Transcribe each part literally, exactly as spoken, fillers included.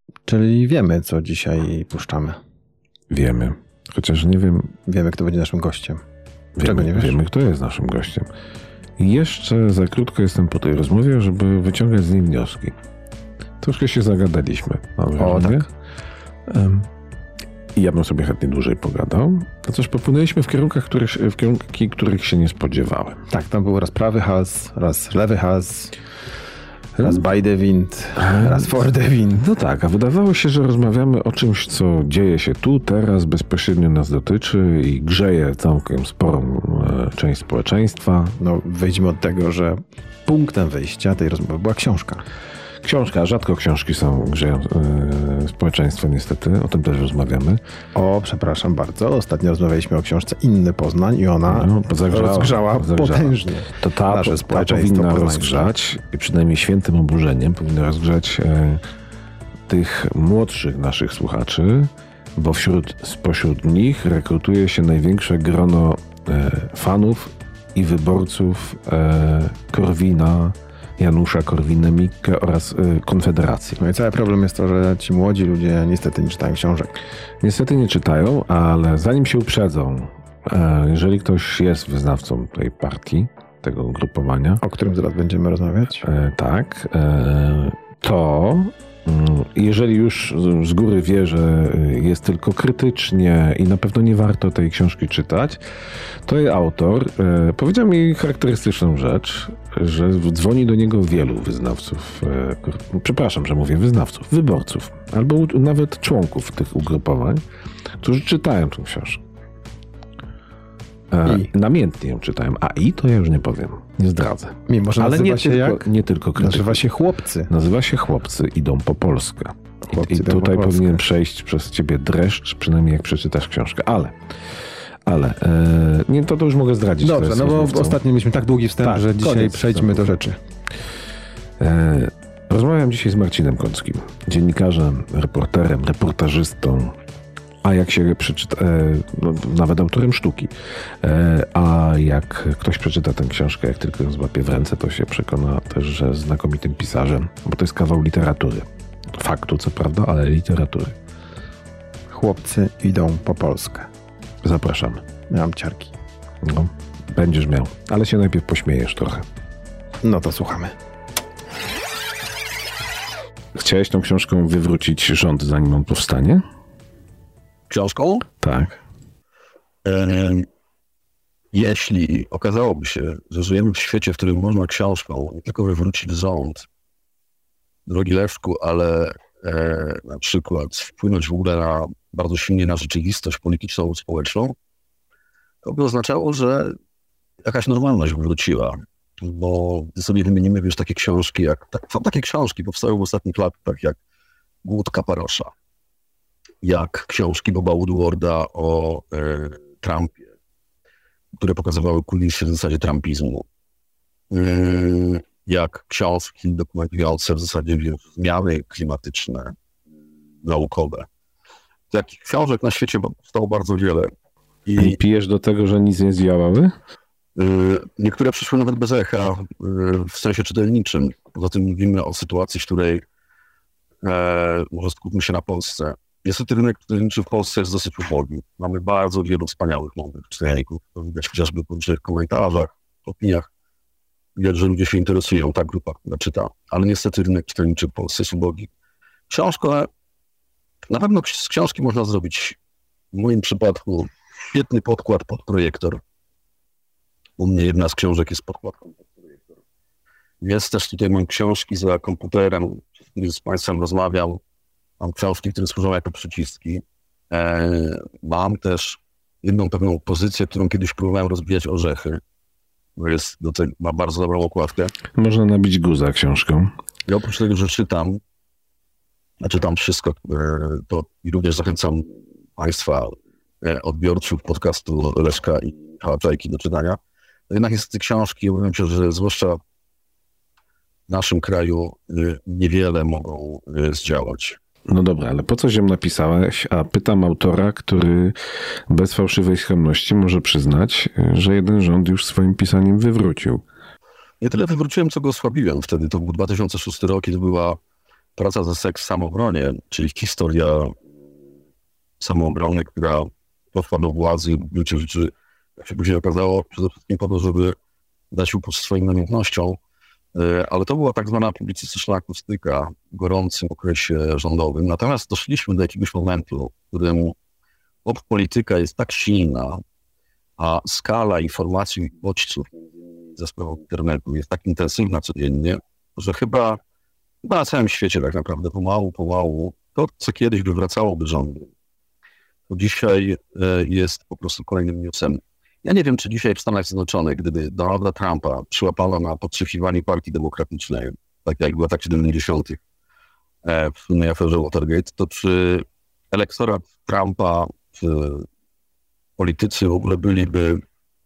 Czyli wiemy, co dzisiaj puszczamy. Wiemy. Chociaż nie wiem... Wiemy, kto będzie naszym gościem. Wiemy, Czego nie wiesz? Wiemy, kto jest naszym gościem. I jeszcze za krótko jestem po tej rozmowie, żeby wyciągać z niej wnioski. Troszkę się zagadaliśmy. O, tak. Um, I ja bym sobie chętnie dłużej pogadał. To też popłynęliśmy w kierunkach, których, w kierunki, których się nie spodziewałem. Tak, tam był raz prawy has, raz lewy has, raz by the wind, raz for the wind. No tak, a wydawało się, że rozmawiamy o czymś, co dzieje się tu, teraz, bezpośrednio nas dotyczy i grzeje całkiem sporą e, część społeczeństwa. No, wyjdźmy od tego, że punktem wyjścia tej rozmowy była książka. Książka, rzadko książki są grzeją e, społeczeństwo niestety, o tym też rozmawiamy. O, przepraszam bardzo, ostatnio rozmawialiśmy o książce Inny Poznań i ona no, zagrzała, rozgrzała potężnie. To ta, nasze ta powinna rozgrzać, i przynajmniej świętym oburzeniem powinna rozgrzać e, tych młodszych naszych słuchaczy, bo wśród, spośród nich rekrutuje się największe grono e, fanów i wyborców e, Korwina, Janusza Korwin-Mikke oraz y, Konfederacji. No i cały problem jest to, że ci młodzi ludzie niestety nie czytają książek. Niestety nie czytają, ale zanim się uprzedzą, e, jeżeli ktoś jest wyznawcą tej partii, tego ugrupowania, o którym zaraz będziemy rozmawiać, e, tak, e, to jeżeli już z góry wie, że jest tylko krytycznie i na pewno nie warto tej książki czytać, to jej autor e, powiedział mi charakterystyczną rzecz, że dzwoni do niego wielu wyznawców, e, przepraszam, że mówię wyznawców, wyborców, albo u, nawet członków tych ugrupowań, którzy czytają tę książkę. E, I? Namiętnie ją czytają. A i to ja już nie powiem. Nie zdradzę. Mimo, że ale nie się tylko, jak? nie tylko krytyków. Nazywa się Chłopcy. Nazywa się Chłopcy idą po Polskę. Chłopcy I, i tutaj po powinien Polskę. przejść przez ciebie dreszcz, przynajmniej jak przeczytasz książkę. Ale, ale, e, nie, to, to już mogę zdradzić. Dobrze, no bo rozmówcą. Ostatnio mieliśmy tak długi wstęp, tak, że dzisiaj przejdźmy do rzeczy. E, rozmawiam dzisiaj z Marcinem Kockim, dziennikarzem, reporterem, reportażystą, a jak się przeczyta, no, nawet autorem sztuki, a jak ktoś przeczyta tę książkę, jak tylko ją złapie w ręce, to się przekona też, że znakomitym pisarzem, bo to jest kawał literatury. Faktu, co prawda, ale literatury. Chłopcy idą po Polskę. Zapraszamy. Miałem ciarki. No, będziesz miał, ale się najpierw pośmiejesz trochę. No to słuchamy. Chciałeś tą książką wywrócić rząd, zanim on powstanie? Książką? Tak. E, jeśli okazałoby się, że żyjemy w świecie, w którym można książką nie tylko wywrócić rząd, drogi Leszku, ale e, na przykład wpłynąć w ogóle na, bardzo silnie na rzeczywistość polityczną, społeczną, to by oznaczało, że jakaś normalność wróciła. Bo gdy sobie wymienimy, wiesz, takie książki, jak tak, takie książki powstały w ostatnich latach, jak Głód Kaparosza, jak książki Boba Woodwarda o e, Trumpie, które pokazywały kulisy w zasadzie trumpizmu. E, jak książki dokumentujące w zasadzie wiesz, zmiany klimatyczne, naukowe. Takich książek na świecie powstało bardzo wiele. I, I pijesz do tego, że nic nie zdziałały? E, niektóre przyszły nawet bez echa, e, w sensie czytelniczym. Poza tym mówimy o sytuacji, w której e, może skupmy się na Polsce. Niestety rynek czytelniczy w Polsce jest dosyć ubogi. Mamy bardzo wielu wspaniałych młodych czytelników. To widać chociażby po różnych komentarzach, opiniach. Widać, że ludzie się interesują, ta grupa, która czyta. Ale niestety rynek czytelniczy w Polsce jest ubogi. Książkę, na pewno z książki można zrobić, w moim przypadku, świetny podkład pod projektor. U mnie jedna z książek jest podkładką pod projektor. Jest też tutaj mam książki za komputerem, z którym z Państwem rozmawiam. Mam książki, które służą jako przyciski. E, mam też jedną pewną pozycję, którą kiedyś próbowałem rozbijać orzechy. Bo jest do tego, ma bardzo dobrą okładkę. Można nabić guza książką. I oprócz tego, że czytam, a czytam wszystko, e, to i również zachęcam Państwa, e, odbiorców podcastu Leszka i Michała Czajki do czytania. To jednak jest te książki, obawiam się, że zwłaszcza w naszym kraju e, niewiele mogą e, zdziałać. No dobra, ale po co ją napisałeś? A pytam autora, który bez fałszywej skromności może przyznać, że jeden rząd już swoim pisaniem wywrócił. Nie tyle wywróciłem, co go osłabiłem wtedy. To był dwa tysiące szósty rok i to była praca za seks w samobronie, czyli historia samoobrony, która poszła do władzy w gruncie rzeczy, jak się później okazało, przede wszystkim po to, żeby dać upust swoim namiętnościom, ale to była tak zwana publicystyczna akustyka w gorącym okresie rządowym. Natomiast doszliśmy do jakiegoś momentu, w którym pop polityka jest tak silna, a skala informacji i bodźców ze sprawą internetu jest tak intensywna codziennie, że chyba, chyba na całym świecie tak naprawdę pomału, pomału to, co kiedyś wywracało do rządu, to dzisiaj jest po prostu kolejnym newsem. Ja nie wiem, czy dzisiaj w Stanach Zjednoczonych, gdyby Donalda Trumpa przyłapano na podsłuchiwaniu Partii Demokratycznej, tak jak w latach siedemdziesiątych w słynnej aferze Watergate, to czy elektorat Trumpa, czy politycy w ogóle byliby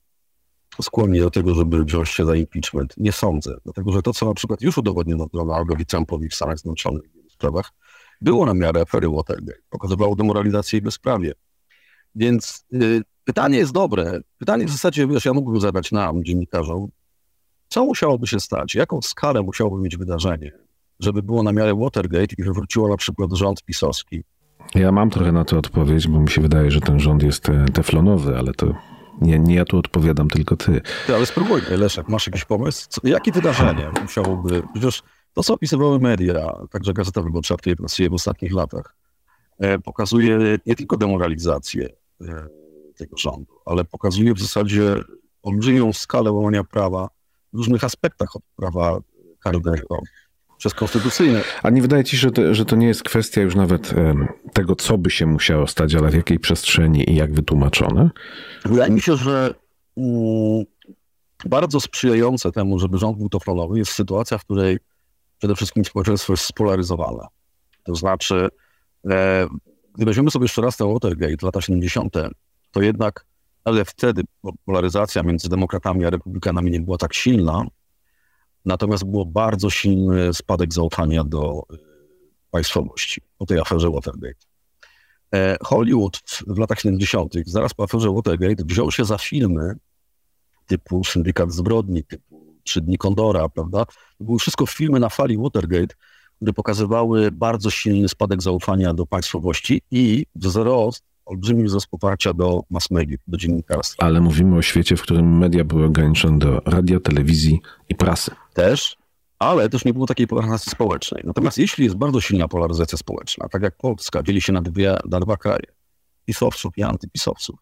skłonni do tego, żeby wziąć się za impeachment? Nie sądzę. Dlatego, że to, co na przykład już udowodniono Donaldowi Trumpowi w Stanach Zjednoczonych w wielu sprawach, było na miarę afery Watergate. Pokazywało demoralizację i bezprawie. Więc y, pytanie jest dobre. Pytanie w zasadzie, wiesz, ja mógłbym zadać nam, dziennikarzom, co musiałoby się stać, jaką skalę musiałoby mieć wydarzenie, żeby było na miarę Watergate i wywróciło na przykład rząd pisowski. Ja mam trochę na to odpowiedź, bo mi się wydaje, że ten rząd jest teflonowy, ale to nie, nie ja tu odpowiadam, tylko ty. Ty, ale spróbuj, Leszek, masz jakiś pomysł? Co, jakie wydarzenie musiałoby... Przecież to, co opisywały media, także Gazeta Wyborcza, w której pracuję w ostatnich latach, e, pokazuje nie tylko demoralizację e, tego rządu, ale pokazuje w zasadzie olbrzymią skalę łamania prawa w różnych aspektach od prawa karnego przez konstytucyjne. A nie wydaje ci się, że to, że to nie jest kwestia już nawet um, tego, co by się musiało stać, ale w jakiej przestrzeni i jak wytłumaczone? Wydaje mi się, że um, bardzo sprzyjające temu, żeby rząd był teflonowy, jest sytuacja, w której przede wszystkim społeczeństwo jest spolaryzowane. To znaczy, e, gdy weźmiemy sobie jeszcze raz ten Watergate, lata siedemdziesiąte, to jednak, ale wtedy polaryzacja między demokratami a republikanami nie była tak silna, natomiast było bardzo silny spadek zaufania do e, państwowości po tej aferze Watergate. E, Hollywood w, w latach siedemdziesiątych, zaraz po aferze Watergate, wziął się za filmy typu Syndykat Zbrodni, typu Trzy dni Kondora, prawda? To były wszystko filmy na fali Watergate, które pokazywały bardzo silny spadek zaufania do państwowości i wzrost, olbrzymi wzrost poparcia do mass mediów, do dziennikarstwa. Ale mówimy o świecie, w którym media były ograniczone do radia, telewizji i prasy. Też, ale też nie było takiej polaryzacji społecznej. Natomiast jeśli jest bardzo silna polaryzacja społeczna, tak jak Polska dzieli się na, dwie, na dwa kraje, pisowców i antypisowców,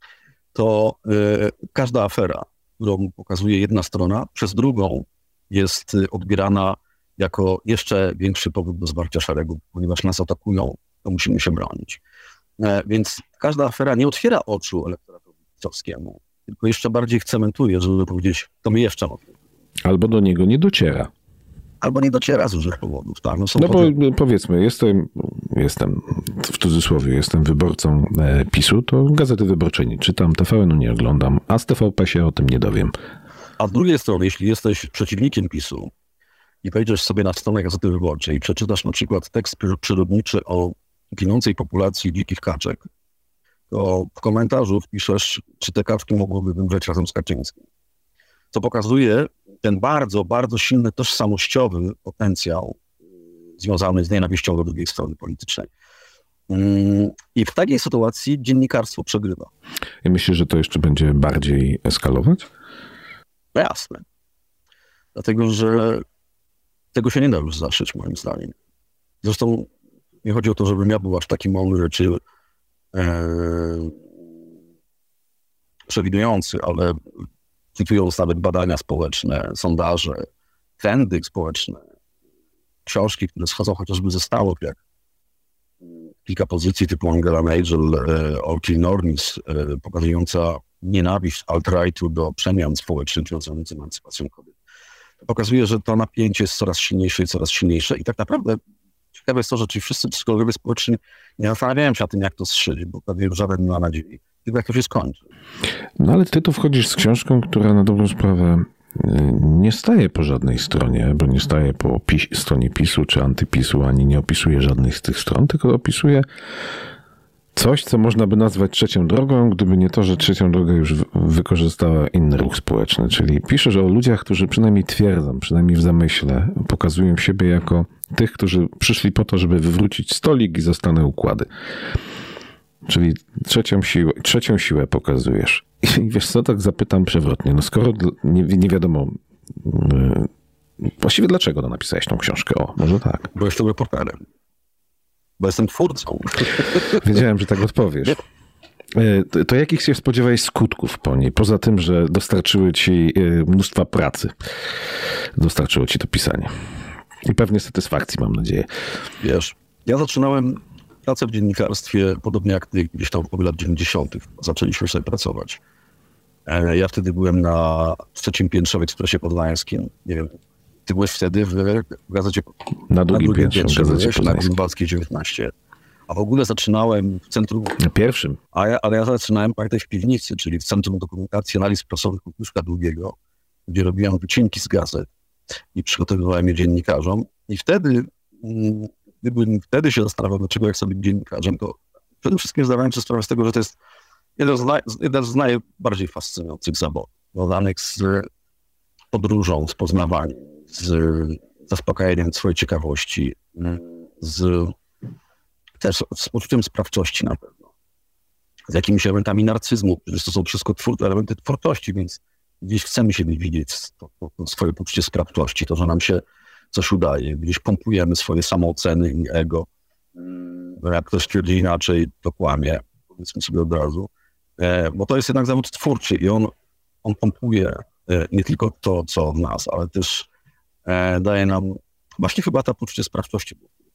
to yy, każda afera, którą pokazuje jedna strona, przez drugą jest odbierana jako jeszcze większy powód do zwarcia szeregu, ponieważ nas atakują, to musimy się bronić. Więc każda afera nie otwiera oczu elektoratowi pisowskiemu, tylko jeszcze bardziej cementuje, żeby powiedzieć, to my jeszcze możemy. Albo do niego nie dociera. Albo nie dociera z różnych powodów. Tak? No, są no bo powody... powiedzmy, jestem, jestem, w cudzysłowie, jestem wyborcą PiSu, to Gazety Wyborczej nie czytam, T V N-u nie oglądam, a z T V P się o tym nie dowiem. A z drugiej strony, jeśli jesteś przeciwnikiem PiSu i wejdziesz sobie na stronę Gazety Wyborczej i przeczytasz na przykład tekst przyrodniczy o ginącej populacji dzikich kaczek, to w komentarzu wpiszesz, czy te kaczki mogłyby wymrzeć razem z Kaczyńskim. Co pokazuje ten bardzo, bardzo silny, tożsamościowy potencjał związany z nienawiścią do drugiej strony politycznej. I w takiej sytuacji dziennikarstwo przegrywa. I myślisz, że to jeszcze będzie bardziej eskalować? No jasne. Dlatego, że tego się nie da już zaszyć, moim zdaniem. Zresztą nie chodzi o to, żebym ja był aż taki mądry, czy e, przewidujący, ale cytując nawet badania społeczne, sondaże, trendy społeczne, książki, które schodzą chociażby ze stałów, jak kilka pozycji typu Angela Merkel, e, Orkin Nornis, e, pokazująca nienawiść alt-rightu do przemian społecznych związanych z emancypacją kobiet. To pokazuje, że to napięcie jest coraz silniejsze i coraz silniejsze i tak naprawdę ciekawe jest to, że ci wszyscy psychologowie społeczni nie zastanawiają się na tym, jak to zszyć, bo pewnie żaden nie ma nadziei, tylko jak to się skończy. No ale ty tu wchodzisz z książką, która na dobrą sprawę nie staje po żadnej stronie, bo nie staje po PiS, stronie PiSu czy antypisu, ani nie opisuje żadnych z tych stron, tylko opisuje Coś, co można by nazwać trzecią drogą, gdyby nie to, że trzecią drogę już wykorzystała inny ruch społeczny. Czyli piszesz o ludziach, którzy przynajmniej twierdzą, przynajmniej w zamyśle, pokazują siebie jako tych, którzy przyszli po to, żeby wywrócić stolik i zastanę układy. Czyli trzecią siłę, trzecią siłę pokazujesz. I wiesz co, tak zapytam przewrotnie. No skoro nie, nie wiadomo yy, właściwie dlaczego to napisałeś tą książkę? O, może tak. Bo jestem reporterem. Bo jestem twórcą. Wiedziałem, że tak odpowiesz. To, to jakich się spodziewałeś skutków po niej? Poza tym, że dostarczyły ci mnóstwa pracy. Dostarczyło ci to pisanie. I pewnie satysfakcji, mam nadzieję. Wiesz, ja zaczynałem pracę w dziennikarstwie, podobnie jak ty, gdzieś tam w lat dziewięćdziesiątych. Zaczęliśmy sobie pracować. Ja wtedy byłem na trzecim piętrze w Ekspresie Poznańskim. Nie wiem, ty byłeś wtedy w gazecie... Na drugim piętrze, piętrze w gazecie byłeś, na Grunwaldzkiej dziewiętnaście. A w ogóle zaczynałem w centrum... Na pierwszym. A ja, ale ja zaczynałem pamiętaj w piwnicy, czyli w Centrum Dokumentacji Analiz Prasowych Kościuszka Długiego, gdzie robiłem wycinki z gazet i przygotowywałem je dziennikarzom. I wtedy, gdybym wtedy się zastanawiał, dlaczego jak sobie dziennikarzem, to przede wszystkim zdawałem sobie sprawę z tego, że to jest jeden z, naj, jeden z najbardziej fascynujących zawodów, związanych z podróżą, z poznawaniem, z zaspokajaniem swojej ciekawości, z też z poczuciem sprawczości na pewno, z jakimiś elementami narcyzmu, przecież to są wszystko twór, elementy twórczości, więc gdzieś chcemy siebie widzieć, to, to, to swoje poczucie sprawczości, to, że nam się coś udaje, gdzieś pompujemy swoje samooceny i ego. Jak ktoś twierdzi inaczej, to kłamie, powiedzmy sobie od razu, bo to jest jednak zawód twórczy i on, on pompuje nie tylko to, co od nas, ale też daje nam właśnie chyba to poczucie sprawczości,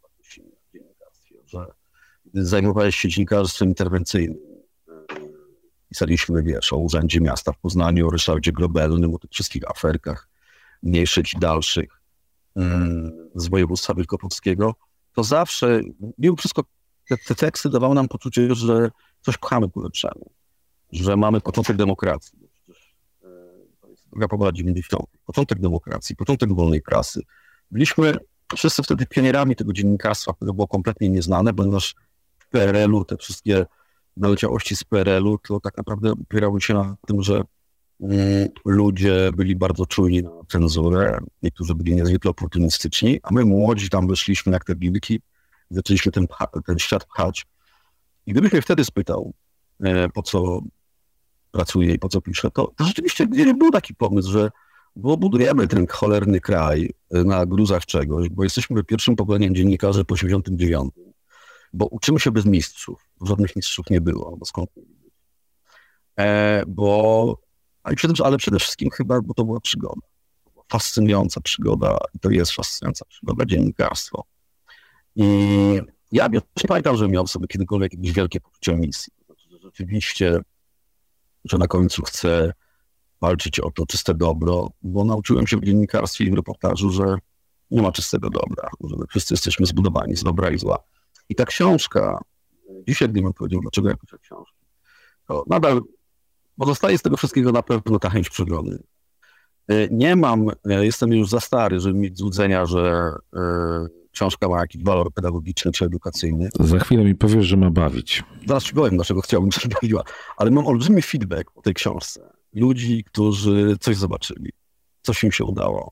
że gdy zajmowałeś się dziennikarstwem interwencyjnym, pisaliśmy, wiesz, o Urzędzie Miasta w Poznaniu, o Ryszardzie Grobelnym, o tych wszystkich aferkach, mniejszych i dalszych z województwa wielkopolskiego, to zawsze, mimo wszystko te, te teksty dawały nam poczucie, że coś pchamy ku lepszemu, że mamy początek demokracji. Przecież to jest druga połowa lat dziewięćdziesiątych. Początek demokracji, początek wolnej prasy. Byliśmy wszyscy wtedy pionierami tego dziennikarstwa, które było kompletnie nieznane, ponieważ w P R L u te wszystkie naleciałości z P R L u to tak naprawdę opierały się na tym, że mm, ludzie byli bardzo czujni na cenzurę, niektórzy byli niezwykle oportunistyczni, a my młodzi tam wyszliśmy jak te wilki, zaczęliśmy ten, ten świat pchać. I gdybyś mnie wtedy spytał, e, po co pracuję i po co piszę, to, to rzeczywiście nie był taki pomysł, że bo budujemy ten cholerny kraj na gruzach czegoś, bo jesteśmy pierwszym pokoleniem dziennikarzy po osiemdziesiątym dziewiątym, bo uczymy się bez mistrzów, bo żadnych mistrzów nie było, bo skąd nie było. E, bo, ale przede, ale przede wszystkim chyba, bo to była przygoda. Fascynująca przygoda i to jest fascynująca przygoda, dziennikarstwo. I ja nie pamiętam, że miał sobie kiedykolwiek jakieś wielkie poczucie misji. Znaczy, że rzeczywiście, że na końcu chcę walczyć o to czyste dobro, bo nauczyłem się w dziennikarstwie i w reportażu, że nie ma czystego dobra, że my wszyscy jesteśmy zbudowani z dobra i zła. I ta książka, dzisiaj gdybym powiedział, dlaczego ja piszę książki, to nadal pozostaje z tego wszystkiego na pewno ta chęć przygody. Nie mam, jestem już za stary, żeby mieć złudzenia, że książka ma jakiś walor pedagogiczny czy edukacyjny. Za chwilę mi powiesz, że ma bawić. Zaraz ci powiem, dlaczego chciałbym, żeby bawiła. Ale mam olbrzymi feedback po tej książce. Ludzi, którzy coś zobaczyli, coś im się udało,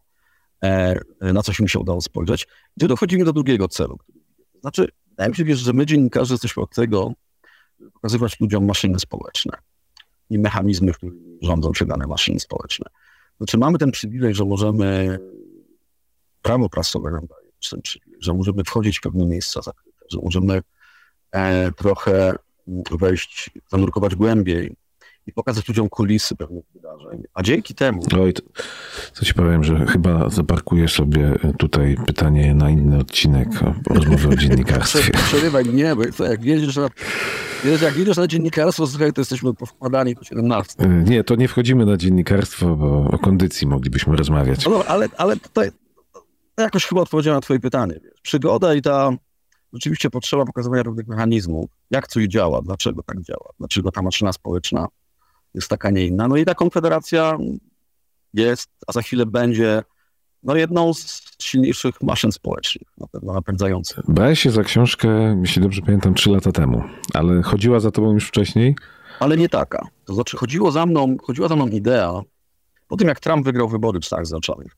na coś im się udało spojrzeć. I tu dochodzimy do drugiego celu. Znaczy, wydaje mi się, wiesz, że my dziennikarze jesteśmy od tego, żeby pokazywać ludziom maszyny społeczne i mechanizmy, w których rządzą się dane maszyny społeczne. Znaczy, mamy ten przywilej, że możemy, prawo prasowe nam daje ten przywilej, że możemy wchodzić w pewne miejsca zakryte, że możemy e, trochę wejść, zanurkować głębiej i pokazać ludziom kulisy pewnych wydarzeń. A dzięki temu... Oj, to, to ci powiem, że chyba zaparkuję sobie tutaj pytanie na inny odcinek o rozmowy o dziennikarstwie. Przerywaj mnie, bo co, jak jedziesz na, jak jedziesz na dziennikarstwo, słuchaj, to jesteśmy powkładani po siedemnaście. Nie, to nie wchodzimy na dziennikarstwo, bo o kondycji moglibyśmy rozmawiać. No, ale, ale tutaj jakoś chyba odpowiedziałem na twoje pytanie. Wiesz. Przygoda i ta rzeczywiście potrzeba pokazywania pewnych mechanizmów, jak coś działa, dlaczego tak działa, dlaczego ta maszyna społeczna jest taka, nie inna. No i ta konfederacja jest, a za chwilę będzie no jedną z silniejszych maszyn społecznych, na pewno napędzających. Brałeś się za książkę, jeśli dobrze pamiętam, trzy lata temu, ale chodziła za tobą już wcześniej? Ale nie taka. To znaczy chodziło za mną, chodziła za mną idea, po tym jak Trump wygrał wybory w Stanach Zjednoczonych,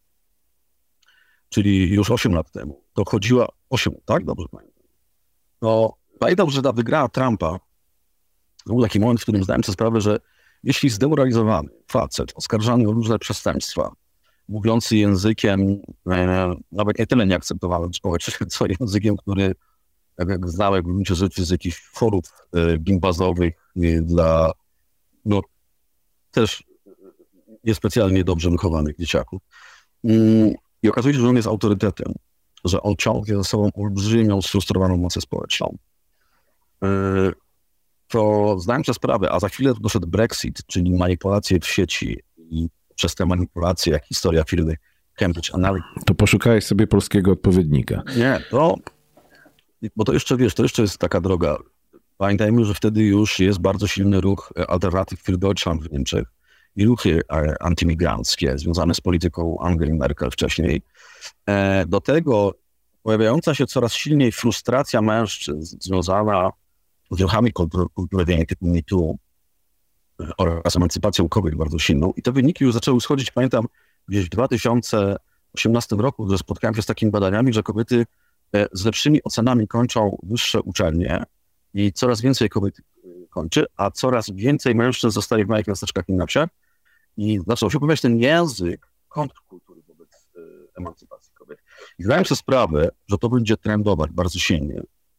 czyli już osiem lat temu, to chodziła, osiem, tak? Dobrze pamiętam. To pamiętam, że ta wygrała Trumpa, to był taki moment, w którym zdałem sobie sprawę, że jeśli zdemoralizowany facet, oskarżany o różne przestępstwa, mówiący językiem e, nawet nie tyle nieakceptowalnym społecznie, co językiem, który, jak, jak znałem w gruncie rzeczy z jakichś forów e, gimbazowych e, dla no, też niespecjalnie dobrze wychowanych dzieciaków. Mm, I okazuje się, że on jest autorytetem, że on ciągnie za sobą olbrzymią, sfrustrowaną mocę społeczną. E, to zdałem sobie sprawę, a za chwilę doszedł Brexit, czyli manipulacje w sieci i przez te manipulacje, jak historia firmy Cambridge Analytica. To poszukałeś sobie polskiego odpowiednika. Nie, to, bo to jeszcze, wiesz, to jeszcze jest taka droga. Pamiętajmy, że wtedy już jest bardzo silny ruch Alternative für Deutschland w Niemczech i ruchy antymigranckie związane z polityką Angeli Merkel wcześniej. Do tego pojawiająca się coraz silniej frustracja mężczyzn związana z ruchami kulturowymi typu MeToo oraz emancypacją kobiet bardzo silną. I te wyniki już zaczęły schodzić. Pamiętam gdzieś w dwa tysiące osiemnastym roku, że spotkałem się z takimi badaniami, że kobiety z lepszymi ocenami kończą wyższe uczelnie i coraz więcej kobiet kończy, a coraz więcej mężczyzn zostaje w małych miasteczkach i na wsiach i zaczął się pojawiać ten język kontrkultury wobec emancypacji kobiet. I zdałem sobie sprawę, że to będzie trendować bardzo silnie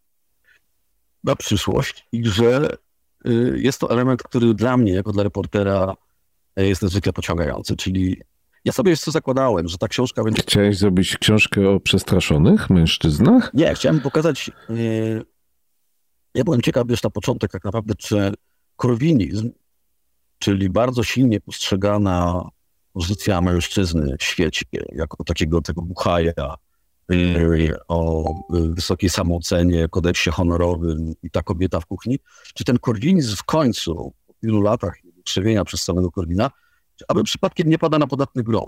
na przyszłość i że jest to element, który dla mnie, jako dla reportera, jest niezwykle pociągający, czyli ja sobie jeszcze zakładałem, że ta książka będzie... Chciałeś zrobić książkę o przestraszonych mężczyznach? Nie, chciałem pokazać... Yy... Ja byłem ciekaw już na początek tak naprawdę, czy korwinizm, czyli bardzo silnie postrzegana pozycja mężczyzny w świecie, jako takiego tego buchaja, yy, o wysokiej samoocenie, kodeksie honorowym i ta kobieta w kuchni, czy ten korwinizm w końcu, po wielu latach krzewienia przez samego Korwina, aby przypadkiem nie pada na podatny grunt.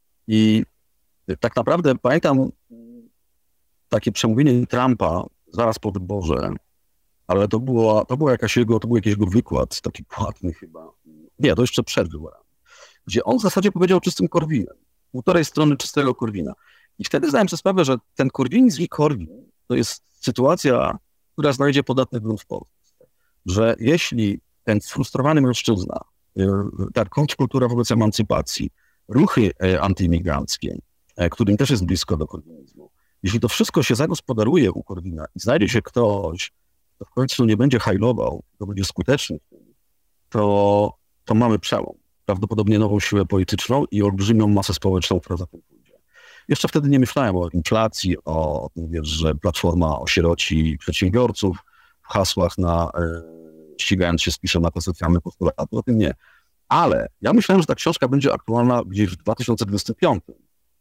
I tak naprawdę pamiętam takie przemówienie Trumpa zaraz po wyborze, ale to była, to była jakaś jego, to był jakiś jego wykład, taki płatny chyba. Nie, to jeszcze przed wyborami, gdzie on w zasadzie powiedział czystym Korwinem. Półtorej strony czystego Korwina. I wtedy zdałem sobie sprawę, że ten korwinizm i Korwin to jest sytuacja, która znajdzie podatny grunt w Polsce. Że jeśli ten sfrustrowany mężczyzna, ta kontrkultura wobec emancypacji, ruchy antyimigranckie, którym też jest blisko do korwinizmu, jeśli to wszystko się zagospodaruje u Korwina i znajdzie się ktoś, kto w końcu nie będzie hajlował, to będzie skuteczny w tym, to, to mamy przełom. Prawdopodobnie nową siłę polityczną i olbrzymią masę społeczną, która za tym pójdzie. Jeszcze wtedy nie myślałem o inflacji, o tym, wiesz, że Platforma osieroci przedsiębiorców w hasłach na... ścigając się z pisem na konstytucjonalny postulat, o tym nie. Ale ja myślałem, że ta książka będzie aktualna gdzieś w dwa tysiące dwudziestym piątym.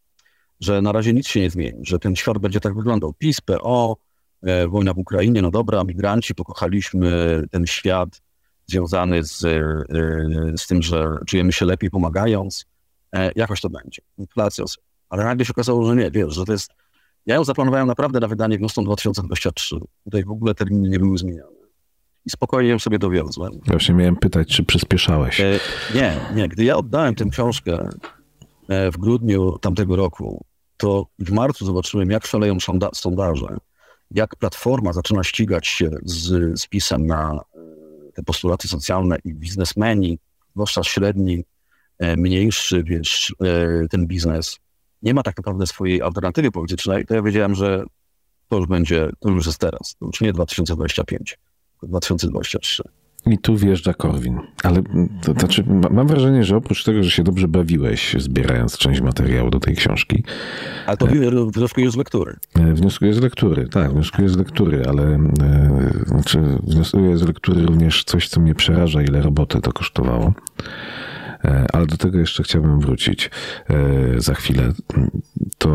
Że na razie nic się nie zmieni, że ten świat będzie tak wyglądał. PiS, P O, e, wojna w Ukrainie, no dobra, migranci, pokochaliśmy ten świat związany z, e, z tym, że czujemy się lepiej pomagając. E, jakoś to będzie. Inflacja. Ale nagle się okazało, że nie, wiesz, że to jest... Ja ją zaplanowałem naprawdę na wydanie wiosną dwa tysiące dwudziestego trzeciego. Tutaj w ogóle terminy nie były zmieniane. I spokojnie ją sobie dowiozłem. Właśnie miałem pytać, czy przyspieszałeś. E, nie, nie. Gdy ja oddałem tę książkę e, w grudniu tamtego roku, to w marcu zobaczyłem, jak szaleją sonda- sondaże, jak Platforma zaczyna ścigać się z, z PiS-em na e, te postulaty socjalne i biznesmeni, zwłaszcza średni, e, mniejszy, wiesz, e, ten biznes, nie ma tak naprawdę swojej alternatywy politycznej, to ja wiedziałem, że to już będzie, to już jest teraz, to już nie dwa tysiące dwudziesty piąty. dwa tysiące dwudziesty trzeci. I tu wjeżdża Korwin. Ale to, to znaczy, mam wrażenie, że oprócz tego, że się dobrze bawiłeś, zbierając część materiału do tej książki. Ale to wnioskuję z lektury. Wnioskuję z lektury, tak, wnioskuję z lektury, ale e, znaczy, wnioskuję z lektury również coś, co mnie przeraża, ile roboty to kosztowało. E, ale do tego jeszcze chciałbym wrócić e, za chwilę. To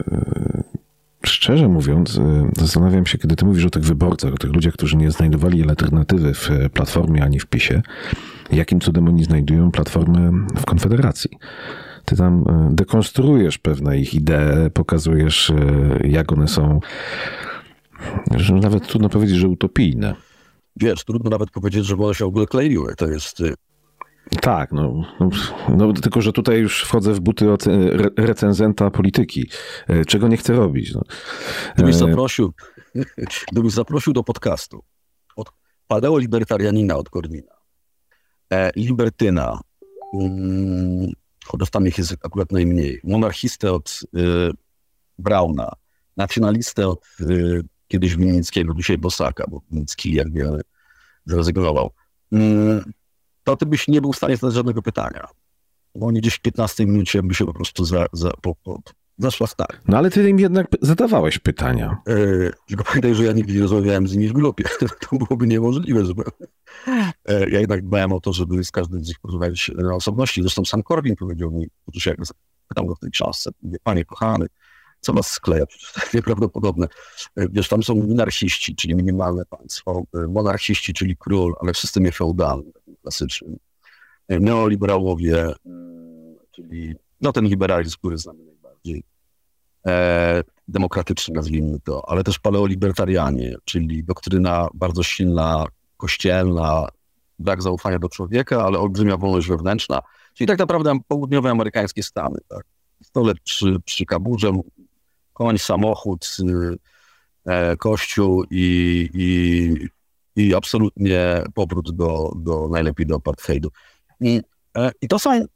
e, szczerze mówiąc, zastanawiam się, kiedy ty mówisz o tych wyborcach, o tych ludziach, którzy nie znajdowali alternatywy w Platformie ani w PiSie, jakim cudem oni znajdują Platformę w Konfederacji. ty tam dekonstruujesz pewne ich idee, pokazujesz, jak one są, że nawet trudno powiedzieć, że utopijne. Wiesz, trudno nawet powiedzieć, że one się w ogóle kleiły. To jest... Tak, no, no, no tylko, że tutaj już wchodzę w buty re- recenzenta polityki, czego nie chcę robić. No. Gdybyś zaprosił, gdybyś zaprosił do podcastu od paleolibertarianina od Korwina, e, libertyna, mm, chociaż tam ich jest akurat najmniej, monarchistę od y, Brauna, nacjonalistę od y, kiedyś Winnickiego, dzisiaj Bosaka, bo Winnicki, jak wiemy, zrezygnował. Mm, to ty byś nie był w stanie zadać żadnego pytania. Bo oni gdzieś w piętnastej minucie by się po prostu za, za, po, po, zaszła stary. No ale ty im jednak zadawałeś pytania. Yy, tylko pamiętaj, że ja nigdy nie rozmawiałem z nimi w grupie. To byłoby niemożliwe. Żeby... Yy, ja jednak dbałem o to, żeby z każdym z nich porozmawiać na osobności. Zresztą sam Korwin powiedział mi, otóż jak zapytam go w tej książce, mówię, panie kochany, co was skleja? Przecież to jest nieprawdopodobne. Yy, wiesz, tam są minarchiści, czyli minimalne państwo, yy, monarchiści, czyli król, ale w systemie feudalnym, takim klasycznym. Yy, neoliberałowie, yy, czyli no ten liberalizm, który znamy najbardziej. E, demokratyczny, nazwijmy to, ale też paleolibertarianie, czyli doktryna bardzo silna, kościelna, brak zaufania do człowieka, ale olbrzymia wolność wewnętrzna, czyli tak naprawdę południowe amerykańskie Stany. Tak? Pistolet przy, przy kaburze, koń, samochód, e, kościół i, i, i absolutnie powrót do, do najlepiej do apartheidu. I, e, i to są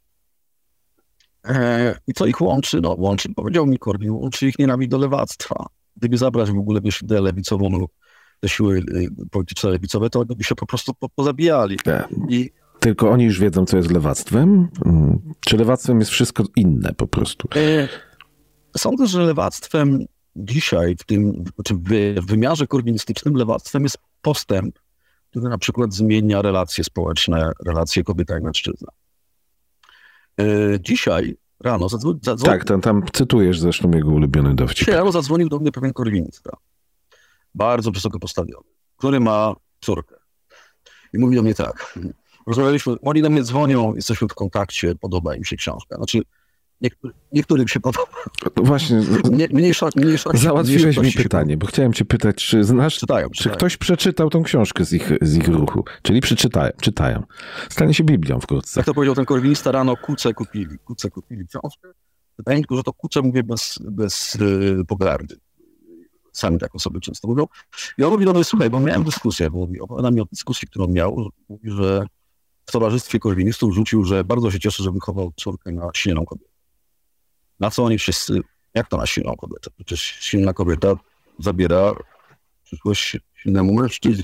I co ich łączy? No łączy, powiedział mi Korwin, łączy ich nienawiść do lewactwa. Gdyby zabrać w ogóle wiesz, ideę lewicową lub te siły polityczne lewicowe, to by się po prostu po, pozabijali. I... Tylko oni już wiedzą, co jest lewactwem? Czy lewactwem jest wszystko inne po prostu? Sądzę, że lewactwem dzisiaj, w tym znaczy w wymiarze korwinistycznym, lewactwem jest postęp, który na przykład zmienia relacje społeczne, relacje kobieta i mężczyzna. Dzisiaj rano zadzwonił... Zadzwoni... Tak, tam, tam cytujesz zresztą jego ulubiony dowcip. Dzisiaj rano zadzwonił do mnie pewien korwinista, bardzo wysoko postawiony, który ma córkę. I mówi do mnie tak, rozmawialiśmy, oni do mnie dzwonią, jesteśmy w kontakcie, podoba im się książka. Znaczy, niektóry, niektórym się podoba. No właśnie, Nie, mniejsza, mniejsza, załatwiłeś mi pytanie, bo chciałem cię pytać, czy znasz, czytają, czy czytają. ktoś przeczytał tą książkę z ich, z ich ruchu, czyli przeczytają, czytają. Stanie się Biblią wkrótce. Jak to powiedział ten korwinista rano, kuce kupili, kuce kupili książkę. Wydaje mi się, że to kuce mówię bez, bez yy, pogardy. Sami tak osoby często mówią. I on mówi do mnie, słuchaj, bo miałem dyskusję, bo mówi, opowiada mi o dyskusji, którą miał. Mówi, że w towarzystwie korwinistów rzucił, że bardzo się cieszy, że wychował córkę na silną kobietę. Na co oni wszyscy, jak to na silną kobietę? Przecież silna kobieta zabiera przyszłość silnemu mężczyźnie.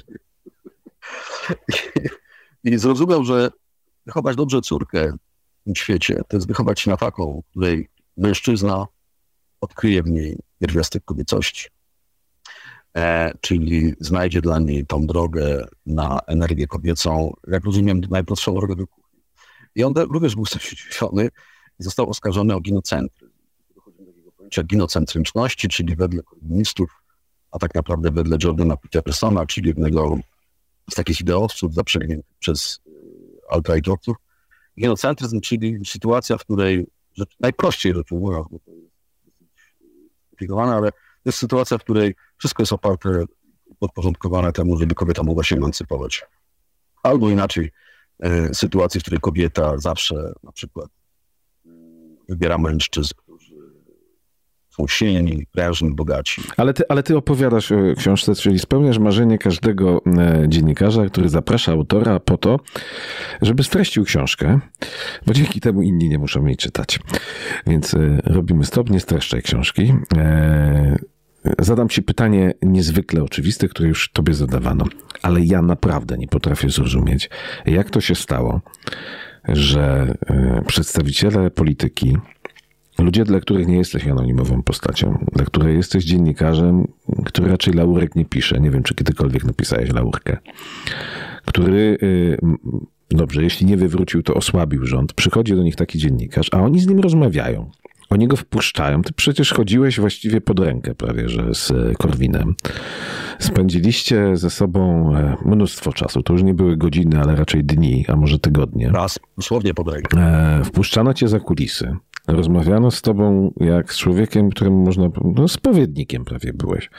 I, I zrozumiał, że wychować dobrze córkę w tym świecie, to jest wychować się na taką, w której mężczyzna odkryje w niej pierwiastek kobiecości. E, czyli znajdzie dla niej tą drogę na energię kobiecą, jak rozumiem, najprostszą drogę do kuchni. I on również był zdziwiony i został oskarżony o ginocentryzm. Dochodzi do takiego pojęcia ginocentryczności, czyli wedle komunistów, a tak naprawdę wedle Jordana Petersona, czyli jednego z takich ideowców zaprzęgniętych przez alt-rightowców. Ginocentryzm, czyli sytuacja, w której rzecz, najprościej rzecz ujmując, bo to jest skomplikowane, ale to jest sytuacja, w której wszystko jest oparte, podporządkowane temu, żeby kobieta mogła się emancypować. Albo inaczej, e, sytuacji, w której kobieta zawsze na przykład wybiera mężczyzn, którzy są silni, prężni, bogaci. Ale ty, ale ty opowiadasz o książce, czyli spełniasz marzenie każdego dziennikarza, który zaprasza autora po to, żeby streścił książkę, bo dzięki temu inni nie muszą jej czytać. Więc robimy stop, nie streszczaj książki. Zadam ci pytanie niezwykle oczywiste, które już tobie zadawano, ale ja naprawdę nie potrafię zrozumieć, jak to się stało, że przedstawiciele polityki, ludzie, dla których nie jesteś anonimową postacią, dla której jesteś dziennikarzem, który raczej laurek nie pisze, nie wiem, czy kiedykolwiek napisałeś laurkę, który, dobrze, jeśli nie wywrócił, to osłabił rząd, przychodzi do nich taki dziennikarz, a oni z nim rozmawiają. Oni go wpuszczają. Ty przecież chodziłeś właściwie pod rękę prawie, że z Korwinem. Spędziliście ze sobą mnóstwo czasu. To już nie były godziny, ale raczej dni, a może tygodnie. Raz, dosłownie pod rękę. Wpuszczano cię za kulisy. Rozmawiano z tobą jak z człowiekiem, którym można... No, spowiednikiem prawie byłeś.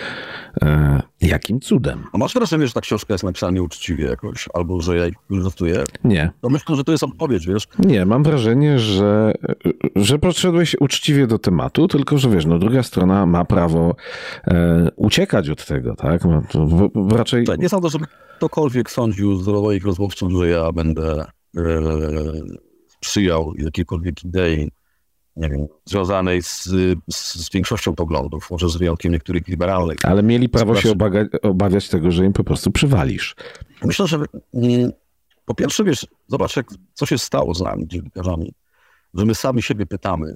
E, jakim cudem? A masz wrażenie, że ta książka jest napisana nieuczciwie jakoś? Albo że ja żartuję? Nie. No myślę, że to jest odpowiedź, wiesz? Nie, mam wrażenie, że, że podszedłeś uczciwie do tematu, tylko że wiesz, no druga strona ma prawo e, uciekać od tego, tak? Ma to w, raczej... Nie sądzę, żeby ktokolwiek sądził z moich rozmówców, że ja będę e, sprzyjał jakiejkolwiek idei, nie wiem, związanej z, z, z większością poglądów, może z wyjątkiem niektórych liberalnych. Ale mieli prawo się obaga- obawiać tego, że im po prostu przywalisz. Myślę, że mm, po pierwsze, wiesz, zobacz, jak, co się stało z nami, dziennikarzami, że my sami siebie pytamy,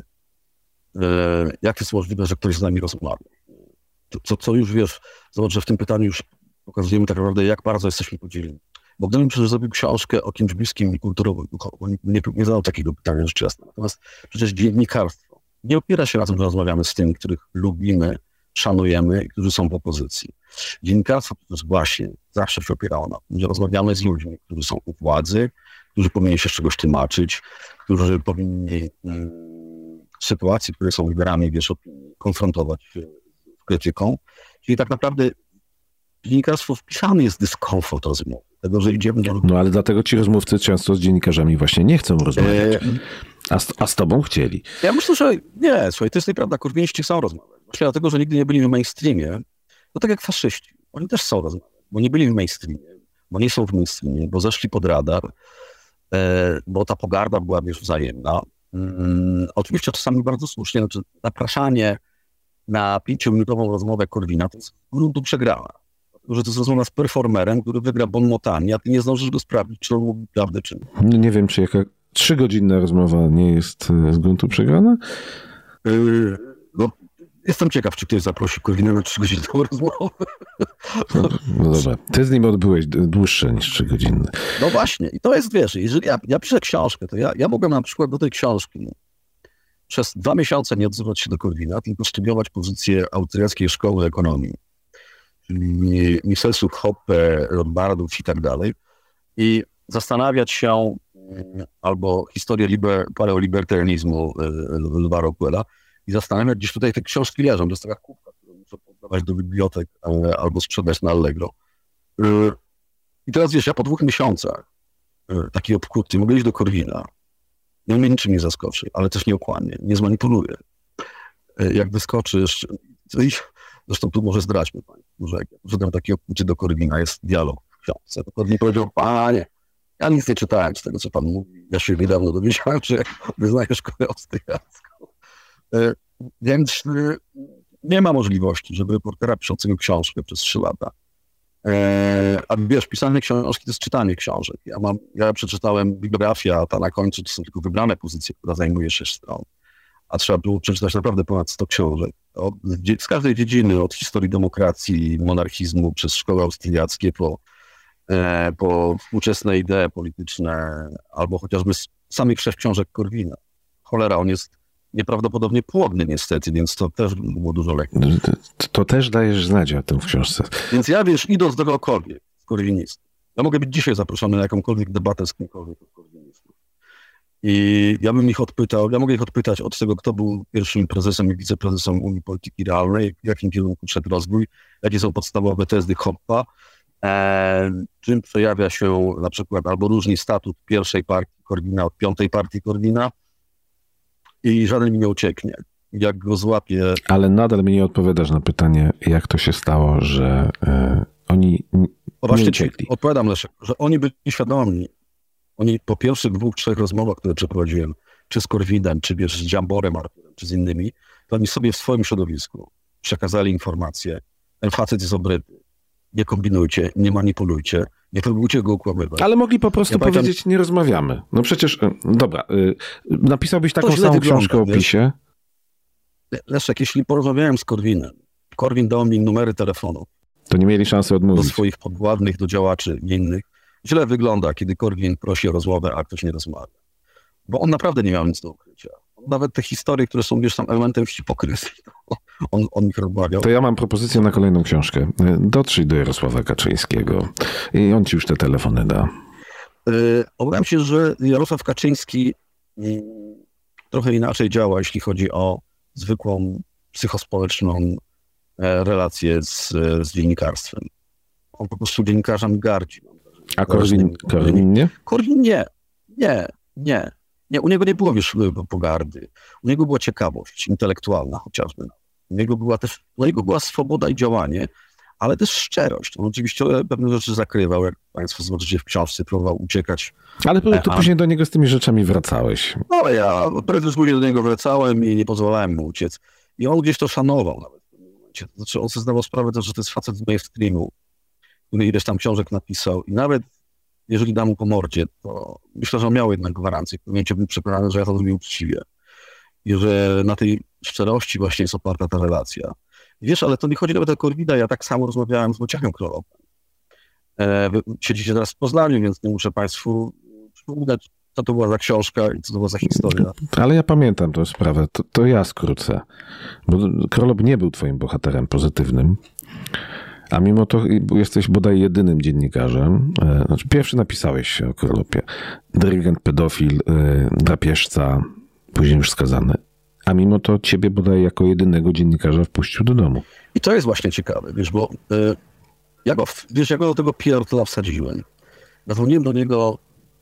e, jak jest możliwe, że ktoś z nami rozmawia. To, co, co już wiesz, zobacz, że w tym pytaniu już pokazujemy tak naprawdę, jak bardzo jesteśmy podzieleni. Bo gdybym przecież zrobił książkę o kimś bliskim mi kulturowo, nie, nie, nie zadał takiego pytania rzecz jasna. Natomiast przecież dziennikarstwo nie opiera się na tym, że rozmawiamy z tymi, których lubimy, szanujemy i którzy są w opozycji. Dziennikarstwo przecież właśnie zawsze się opierało na tym, że rozmawiamy z ludźmi, którzy są u władzy, którzy powinni się z czegoś tłumaczyć, którzy powinni mm, sytuacje, które są liderami, wiesz, konfrontować się z krytyką. Czyli tak naprawdę dziennikarstwo wpisane jest dyskomfort rozmowy. Tego, że idziemy do... No ale dlatego ci rozmówcy często z dziennikarzami właśnie nie chcą rozmawiać. A z, a z tobą chcieli. Ja myślę, że nie, słuchaj, to jest nieprawda. Korwiniści chcą rozmawiać. Właśnie dlatego, że nigdy nie byli w mainstreamie. To tak jak faszyści. Oni też chcą rozmawiać, bo nie byli w mainstreamie, bo nie są w mainstreamie, bo zeszli pod radar, e, bo ta pogarda była, wiesz, wzajemna. Mm, oczywiście czasami bardzo słusznie, znaczy zapraszanie na pięciominutową rozmowę Korwina to jest z gruntu przegrana. Że to jest rozmowa z performerem, który wygra bon motami, a ty nie zdążysz go sprawdzić, czy on mówi prawdę, czy nie. Nie wiem, czy jaka trzygodzinna rozmowa nie jest z gruntu przegrana? Yy, no, jestem ciekaw, czy ktoś zaprosi Korwina na trzygodzinną rozmowę. No, no dobra, ty z nim odbyłeś dłuższe niż trzy godziny. No właśnie, i to jest, wiesz, jeżeli ja, ja piszę książkę, to ja, ja mogłem na przykład do tej książki przez dwa miesiące nie odzywać się do Korwina, tylko studiować pozycję austriackiej szkoły ekonomii, czyli Miselsów, Hoppe, Rothbardów i tak dalej, i zastanawiać się albo historię liber, paleolibertarianizmu Lwa Rockwella i zastanawiać, gdzieś tutaj te książki leżą. To jest taka kubka, którą muszę poddawać do bibliotek albo sprzedać na Allegro. I teraz wiesz, ja po dwóch miesiącach takiej obkuty mogę iść do Korwina. Nie mnie niczym nie zaskoczy, ale też nie okłamie, nie zmanipuluje. Jak wyskoczysz, zresztą tu może zdradźmy Państwu, że jak przyszedłem taki obkuty do Korwina, jest dialog w książce, to Korwin powiedział: panie, ja nic nie czytałem z tego, co pan mówi. Ja się niedawno dowiedziałem, że wyznaję szkołę austriacką. Więc nie ma możliwości, żeby reportera piszącego książkę przez trzy lata. A wiesz, pisanie książki to jest czytanie książek. Ja mam, ja przeczytałem biografię, a ta na końcu to są tylko wybrane pozycje, która zajmuje sześć stron. A trzeba było przeczytać naprawdę ponad sto książek. Od, z każdej dziedziny, od historii demokracji, monarchizmu, przez szkoły austriackie, po po współczesne idee polityczne, albo chociażby z samych sześć książek Korwina. Cholera, on jest nieprawdopodobnie płodny niestety, więc to też było dużo lepiej. To, to też dajesz znać o tym w książce. Więc ja, wiesz, idąc do kogokolwiek z korwinistów, ja mogę być dzisiaj zaproszony na jakąkolwiek debatę z kimkolwiek od korwinistów. I ja bym ich odpytał, ja mogę ich odpytać od tego, kto był pierwszym prezesem i wiceprezesem Unii Polityki Realnej, w jakim kierunku szedł rozwój, jakie są podstawowe tezy Hoppa, E, czym przejawia się na przykład albo różni statut pierwszej partii Korwina od piątej partii Korwina i żaden mi nie ucieknie. Jak go złapię... Ale nadal mi nie odpowiadasz na pytanie, jak to się stało, że e, oni n- o, właśnie nie uciekli. Odpowiadam, Leszek, że oni byli świadomi. Oni po pierwszych dwóch, trzech rozmowach, które przeprowadziłem, czy z Korwinem, czy wiesz, z Dziamborem Arturem, czy z innymi, to oni sobie w swoim środowisku przekazali informacje. Ten facet jest obryty. Nie kombinujcie, nie manipulujcie, nie próbujcie go ukłamywać. Ale mogli po prostu ja powiedzieć, pamiętam... nie rozmawiamy. No przecież, dobra, y, napisałbyś taką samą wygląda, książkę o opisie? Leszek, jeśli porozmawiałem z Korwinem, Korwin dał mi numery telefonów. To nie mieli szansy odmówić. Do swoich podwładnych, do działaczy innych. Źle wygląda, kiedy Korwin prosi o rozmowę, a ktoś nie rozmawia. Bo on naprawdę nie miał nic do ukrycia. Nawet te historie, które są gdzieś tam elementem hipokryzji, on, on ich rozmawiał. To ja mam propozycję na kolejną książkę. Dotrzyj do Jarosława Kaczyńskiego i on ci już te telefony da. Yy, obawiam się, że Jarosław Kaczyński yy, trochę inaczej działa, jeśli chodzi o zwykłą psychospołeczną relację z, z dziennikarstwem. On po prostu dziennikarzem gardzi. A Korwin, Korwin nie? Korwin nie. Nie, nie. Nie, u niego nie było wiesz, pogardy. U niego była ciekawość intelektualna chociażby. U niego była też, u niego była swoboda i działanie, ale też szczerość. On oczywiście pewne rzeczy zakrywał, jak państwo zobaczycie w książce, próbował uciekać. Ale ty a... później do niego z tymi rzeczami wracałeś. No ale ja prędzej później do niego wracałem i nie pozwalałem mu uciec. I on gdzieś to szanował nawet w pewnym momencie. Znaczy on sobie zdawał sprawę też, że to jest facet z mainstreamu, który ileś tam książek napisał i nawet jeżeli dam mu po mordzie, to myślę, że on miał jednak gwarancję. W pewnym momencie był przekonany, że ja to zrobił uczciwie. I że na tej szczerości właśnie jest oparta ta relacja. Wiesz, ale to nie chodzi nawet o Korwina. Ja tak samo rozmawiałem z Wojciechem Królowem. E, wy siedzicie teraz w Poznaniu, więc nie muszę państwu przypominać, co to była za książka i co to była za historia. Ale ja pamiętam tę sprawę. To, to ja skrócę. Bo Królov nie był twoim bohaterem pozytywnym. A mimo to jesteś bodaj jedynym dziennikarzem. Znaczy, pierwszy napisałeś o Królopie. Dyrygent, pedofil, drapieżca, później już skazany. A mimo to ciebie bodaj jako jedynego dziennikarza wpuścił do domu. I to jest właśnie ciekawe, wiesz, bo y, ja go, wiesz, ja go do tego P R T wsadziłem. Zadzwoniłem do niego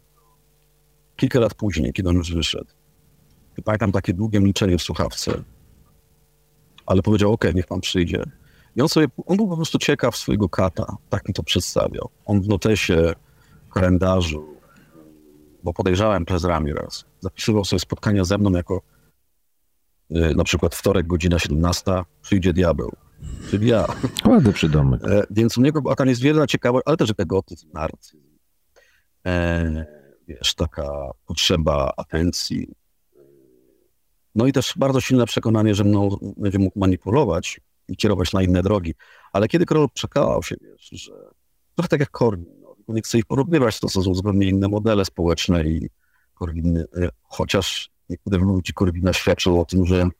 kilka lat później, kiedy on już wyszedł. I pamiętam takie długie milczenie w słuchawce. Ale powiedział, okej, okay, niech pan przyjdzie. I on sobie, on był po prostu ciekaw swojego kata, tak mi to przedstawiał. On w notesie, w kalendarzu, bo podejrzałem przez ramię raz, zapisywał sobie spotkania ze mną jako y, na przykład wtorek, godzina siedemnasta, przyjdzie diabeł, czyli ja. Ładny przydomek. E, więc u niego była ta niezwierna ciekawość, ale też egotyzm, narcyzm. E, wiesz, taka potrzeba atencji. No i też bardzo silne przekonanie, że mną będzie mógł manipulować i kierować na inne drogi. Ale kiedy Królov przekonał się, wiesz, że trochę tak jak Korwin, no, nie chcę ich porównywać, to są zupełnie inne modele społeczne i Korwin, chociaż niektóre ludzi Korwina świadczą o tym, że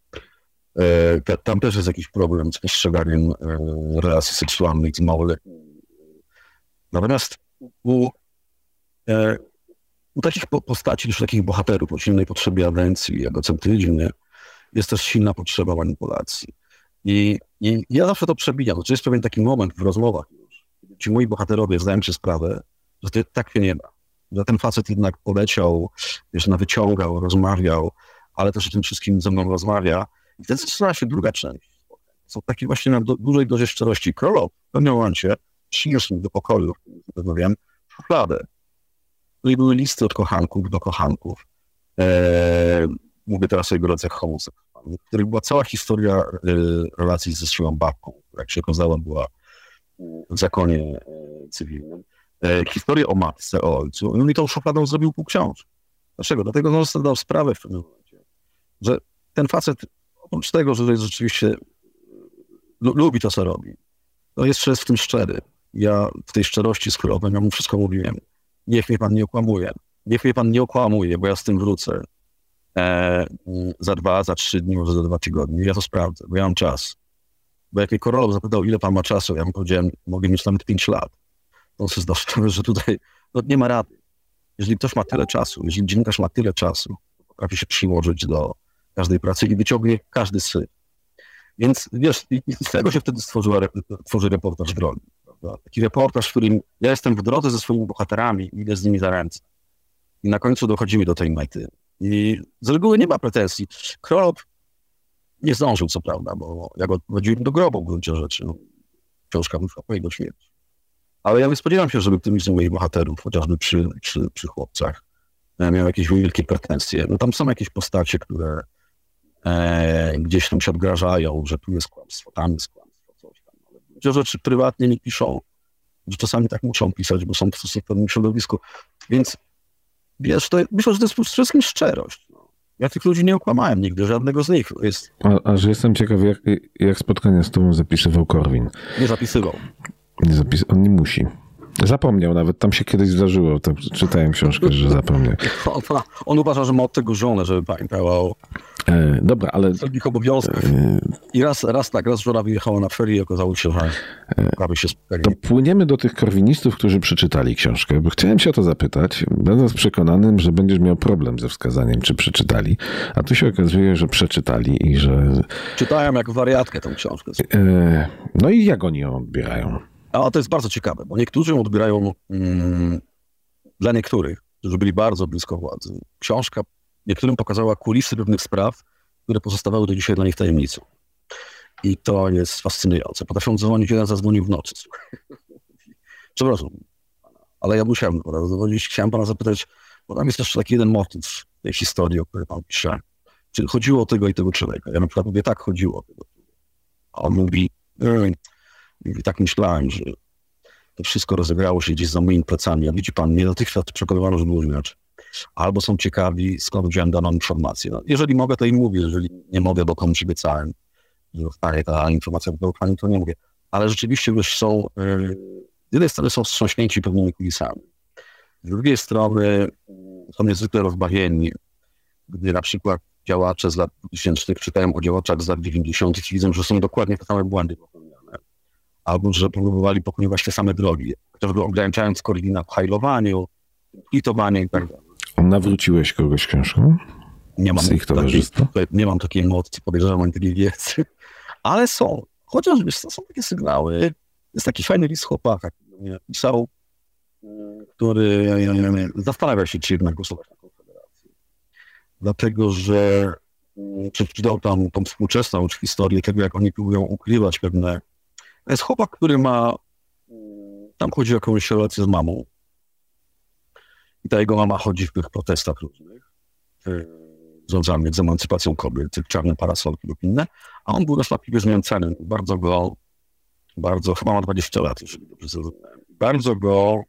e, tam też jest jakiś problem z postrzeganiem e, relacji seksualnych z małoletnimi. Natomiast u, e, u takich postaci, już takich bohaterów o silnej potrzebie atencji, egocentryzmie, jest też silna potrzeba manipulacji. I, I ja zawsze to przebijam. Znaczy jest pewien taki moment w rozmowach już, kiedy ci moi bohaterowie zdają sobie sprawę, że to, tak się nie da. Że ten facet jednak poleciał, wiesz, nawyciągał, rozmawiał, ale też o tym wszystkim ze mną rozmawia. I wtedy zaczyna się druga część. Są takie właśnie na do, dużej dozie szczerości. Królov w pewnym momencie przyniósł mi do pokoju, w którym rozmawiałem, szufladę. W której były listy od kochanków do kochanków. Eee, mówię teraz o jego relacjach homoseksualnych, w której była cała historia e, relacji ze swoją babką, która jak się okazała była w zakonie e, cywilnym. E, historię o matce, o ojcu. I on mi tą szufladą zrobił pół książki. Dlaczego? Dlatego że on sobie dał sprawę w pewnym momencie, że ten facet, oprócz tego, że jest rzeczywiście lubi to, co robi, to jeszcze jest w tym szczery. Ja w tej szczerości z Królovem, ja mu wszystko mówiłem. Niech mnie pan nie okłamuje. Niech mnie pan nie okłamuje, bo ja z tym wrócę. E, za dwa, za trzy dni, może za dwa tygodnie. Ja to sprawdzę, bo ja mam czas. Bo jak mnie Królov zapytał, ile pan ma czasu, ja mu powiedziałem, mogę mieć nawet pięć lat. To on sobie zdał sprawę, że tutaj no, nie ma rady. Jeżeli ktoś ma tyle czasu, jeżeli dziennikarz ma tyle czasu, to potrafi się przyłożyć do każdej pracy i wyciągnie każdy syf. Więc wiesz, i z tego się wtedy stworzyła, tworzy reportaż drogi. Prawda? Taki reportaż, w którym ja jestem w drodze ze swoimi bohaterami i idę z nimi za ręce. I na końcu dochodzimy do tej mety. I z reguły nie ma pretensji. Królov nie zdążył, co prawda, bo ja go odprowadziłem do grobu w gruncie rzeczy. No, książka wyszła po jego śmierci. Ale ja nie spodziewam się, żeby któryś z moich bohaterów, chociażby przy, przy, przy chłopcach, miał jakieś wielkie pretensje. No tam są jakieś postacie, które e, gdzieś tam się odgrażają, że tu jest kłamstwo, tam jest kłamstwo, coś tam. Ale te rzeczy prywatnie nie piszą, że czasami tak muszą pisać, bo są w pewnym środowisku. Więc wiesz, to, myślę, że to jest przede wszystkim szczerość. No. Ja tych ludzi nie okłamałem nigdy, żadnego z nich. Jest... A, a że jestem ciekaw, jak, jak spotkania z tobą zapisywał Korwin. Nie zapisywał. Nie zapis... On nie musi. Zapomniał nawet, tam się kiedyś zdarzyło, to czytałem książkę, że zapomniał. On, on uważa, że ma od tego żonę, żeby pamiętała o E, dobra, ale... wszelkich obowiązkach. I raz, raz tak, raz żona wyjechała na ferie i okazało się, że prawie się spotkali. To płyniemy do tych korwinistów, którzy przeczytali książkę, bo chciałem się o to zapytać, będąc przekonanym, że będziesz miał problem ze wskazaniem, czy przeczytali, a tu się okazuje, że przeczytali i że... Czytałem jak wariatkę tę książkę. E, no i jak oni ją odbierają? A to jest bardzo ciekawe, bo niektórzy ją odbierają, mm, dla niektórych, którzy byli bardzo blisko władzy, książka niektórym pokazała kulisy pewnych spraw, które pozostawały do dzisiaj dla nich tajemnicą. I to jest fascynujące. Potrafią dzwonić, jeden zadzwonił w nocy. Przepraszam, ale ja musiałem pana zadzwonić. Chciałem pana zapytać, bo tam jest jeszcze taki jeden motyw w tej historii, o której pan pisze. Czy chodziło o tego i tego człowieka? Ja na przykład mówię, tak, chodziło o tego. A on mówi, mówi, tak myślałem, że to wszystko rozegrało się gdzieś za moimi plecami. A widzi pan, mnie dotychczas przekonywano, że było inaczej. Albo są ciekawi, skąd wziąłem daną informację. No, jeżeli mogę, to im mówię. Jeżeli nie mogę, bo komuś obiecałem, że zostanie ta informacja w zaufaniu, to nie mówię. Ale rzeczywiście już są, yy, z jednej strony są wstrząśnięci pewnymi kulisami. Z drugiej strony są niezwykle rozbawieni, gdy na przykład działacze z lat dwutysięcznych czytają o działaczach z lat dziewięćdziesiątych i widzą, że są dokładnie te same błędy popełniane. Albo że próbowali pokonywać te same drogi, chociażby ograniczając koordynat w hajlowaniu, kwitowanie i tak dalej. Nawróciłeś kogoś książką? Nie mam, z ich towarzystwa? takiej, nie mam takiej emocji, podejrzewam, mam takiej wiedzy, ale są. Chociaż wiesz, to są takie sygnały. Jest taki fajny list chłopaka, który mnie pisał, który zastanawia się, czy jednak głosować na Konfederację. Dlatego, że przeczytał tam tą współczesną historię tego, jak oni próbują ukrywać pewne... To jest chłopak, który ma... Tam chodzi o jakąś relację z mamą. I ta jego mama chodzi w tych protestach różnych, związanych z emancypacją kobiet, tych czarne parasolki lub inne, a on był rozpapliwie znęcany. Bardzo go, bardzo, chyba ma dwadzieścia lat, jeżeli dobrze zrozumiałem. Bardzo go,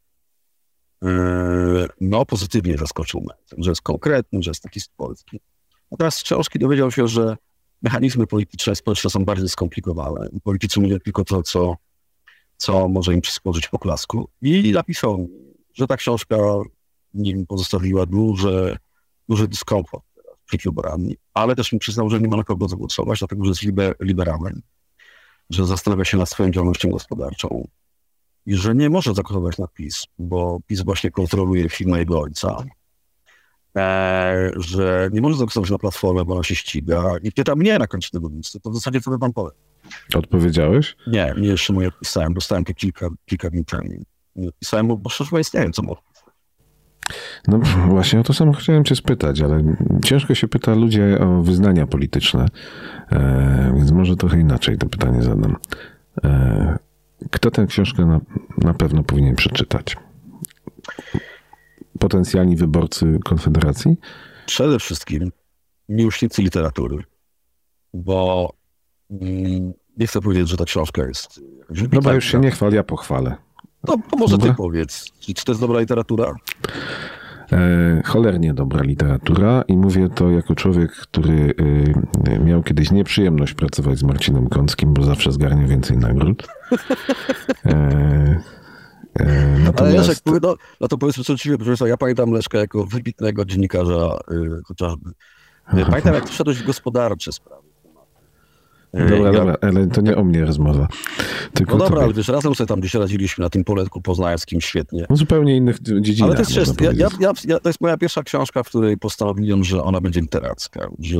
no, pozytywnie zaskoczył męcem, że jest konkretny, że jest taki z Polski. Natomiast z książki dowiedział się, że mechanizmy polityczne i społeczne są bardziej skomplikowane. Politycy mówią tylko to, co, co może im przysporzyć poklasku. I napisał mi, że ta książka nim pozostawiła duże, duży dyskomfort przed wyborami, ale też mi przyznał, że nie ma na kogo zagłosować, dlatego że jest liber, liberałem, że zastanawia się nad swoją działalnością gospodarczą i że nie może zagłosować na PiS, bo PiS właśnie kontroluje firmę jego ojca, e, że nie może zagłosować na Platformę, bo ona się ściga i pyta mnie na końcu tego listu, to w zasadzie co by pan powie? Odpowiedziałeś? Nie, nie jeszcze mu nie odpisałem, dostałem to kilka, kilka dni temu. Nie odpisałem mu, bo szczerze mówiąc nie wiem, co mu odpisać. No właśnie o to samo chciałem cię spytać, ale ciężko się pyta ludzie o wyznania polityczne, e, więc może trochę inaczej to pytanie zadam. E, kto tę książkę na, na pewno powinien przeczytać? Potencjalni wyborcy Konfederacji? Przede wszystkim miłośnicy literatury, bo mm, nie chcę powiedzieć, że ta książka jest... No bo już się nie chwal, ja pochwalę. To, to może Dobra? ty powiedz, czy, czy to jest dobra literatura? E, cholernie dobra literatura i mówię to jako człowiek, który y, miał kiedyś nieprzyjemność pracować z Marcinem Kąckim, bo zawsze zgarnia więcej nagród. E, e, natomiast... Ale Leszek, no, no to powiedzmy co uczciwie, proszę Państwa, ja pamiętam Leszka jako wybitnego dziennikarza y, chociażby. Y, pamiętam, jak wszedłeś w gospodarcze sprawy. Y, dobra, ja... dobra, ale to nie o mnie rozmowa. Tylko no dobra, tobie. ale wiesz, razem sobie tam gdzieś radziliśmy na tym poletku poznańskim świetnie. No zupełnie innych dziedzinach. Ale to jest, jest ja, ja, ja, ja, to jest moja pierwsza książka, w której postanowiłem, że ona będzie literacka, że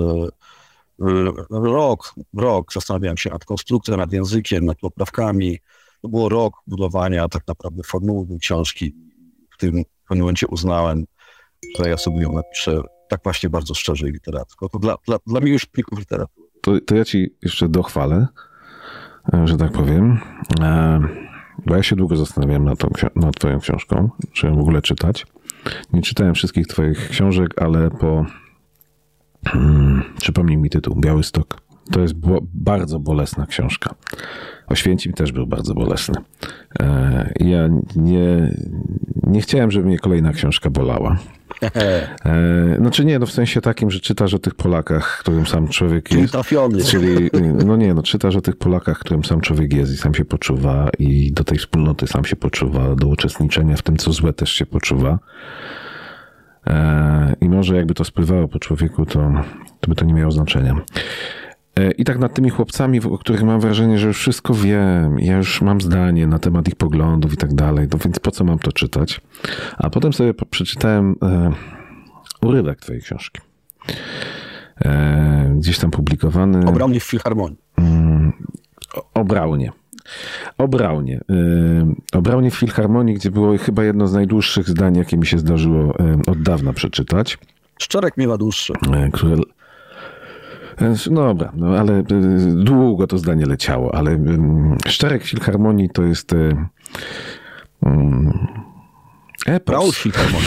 rok, rok zastanawiałem się nad konstrukcją, nad językiem, nad poprawkami. To było rok budowania tak naprawdę formuły tej książki, w którym w pewnym momencie uznałem, że ja sobie ją napiszę tak właśnie bardzo szczerze i literacko. To dla, dla, dla miłośników literatury. To, to ja ci jeszcze dochwalę, że tak powiem, bo ja się długo zastanawiałem nad, tą, nad twoją książką, czy ją w ogóle czytać. Nie czytałem wszystkich twoich książek, ale po... Hmm, przypomnij mi tytuł, Białystok. To jest bo, bardzo bolesna książka. Oświęcim też był bardzo bolesny. Ja nie, nie chciałem, żeby mnie kolejna książka bolała. E, znaczy nie, no w sensie takim, że czytasz o tych Polakach, którym sam człowiek Czyli jest. trafiony. Czyli, no nie, no czytasz o tych Polakach, którym sam człowiek jest i sam się poczuwa i do tej wspólnoty sam się poczuwa, do uczestniczenia w tym, co złe też się poczuwa. E, I może jakby to spływało po człowieku, to, to by to nie miało znaczenia. I tak nad tymi chłopcami, o których mam wrażenie, że już wszystko wiem, ja już mam zdanie na temat ich poglądów i tak dalej, to więc po co mam to czytać? A potem sobie przeczytałem e, urywek twojej książki. E, gdzieś tam publikowany. O Braunie w Filharmonii. Mm, o, o Braunie. O Braunie. E, o Braunie w Filharmonii, gdzie było chyba jedno z najdłuższych zdań, jakie mi się zdarzyło e, od dawna przeczytać. Szczerek miewa dłuższe. E, które... No dobra, no ale długo to zdanie leciało, ale Szczerek Filharmonii to jest um, epos. Braun Filharmonii.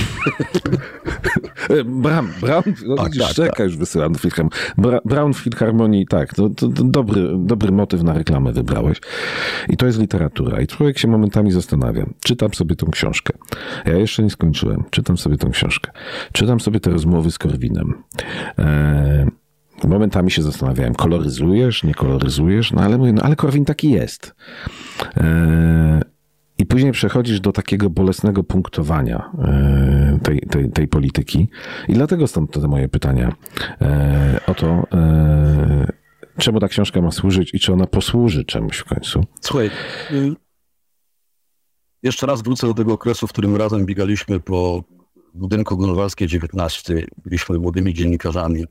Braun, Braun, no tak, widzisz, tak, Szczerka tak. już wysyłam do Filharmonii. Bra, Braun w Filharmonii, tak, to, to, to dobry, dobry motyw na reklamę wybrałeś. I to jest literatura. I człowiek się momentami zastanawia. Czytam sobie tą książkę. Ja jeszcze nie skończyłem. Czytam sobie tą książkę. Czytam sobie te rozmowy z Korwinem. E, Momentami się zastanawiałem, koloryzujesz, nie koloryzujesz, no ale mówię, no ale Korwin taki jest. Eee, I później przechodzisz do takiego bolesnego punktowania eee, tej, tej, tej polityki. I dlatego stąd te moje pytania eee, o to, eee, czemu ta książka ma służyć i czy ona posłuży czemuś w końcu. Słuchaj, y- jeszcze raz wrócę do tego okresu, w którym razem biegaliśmy po budynku Grunwaldzkiej dziewiętnaście. Byliśmy młodymi dziennikarzami.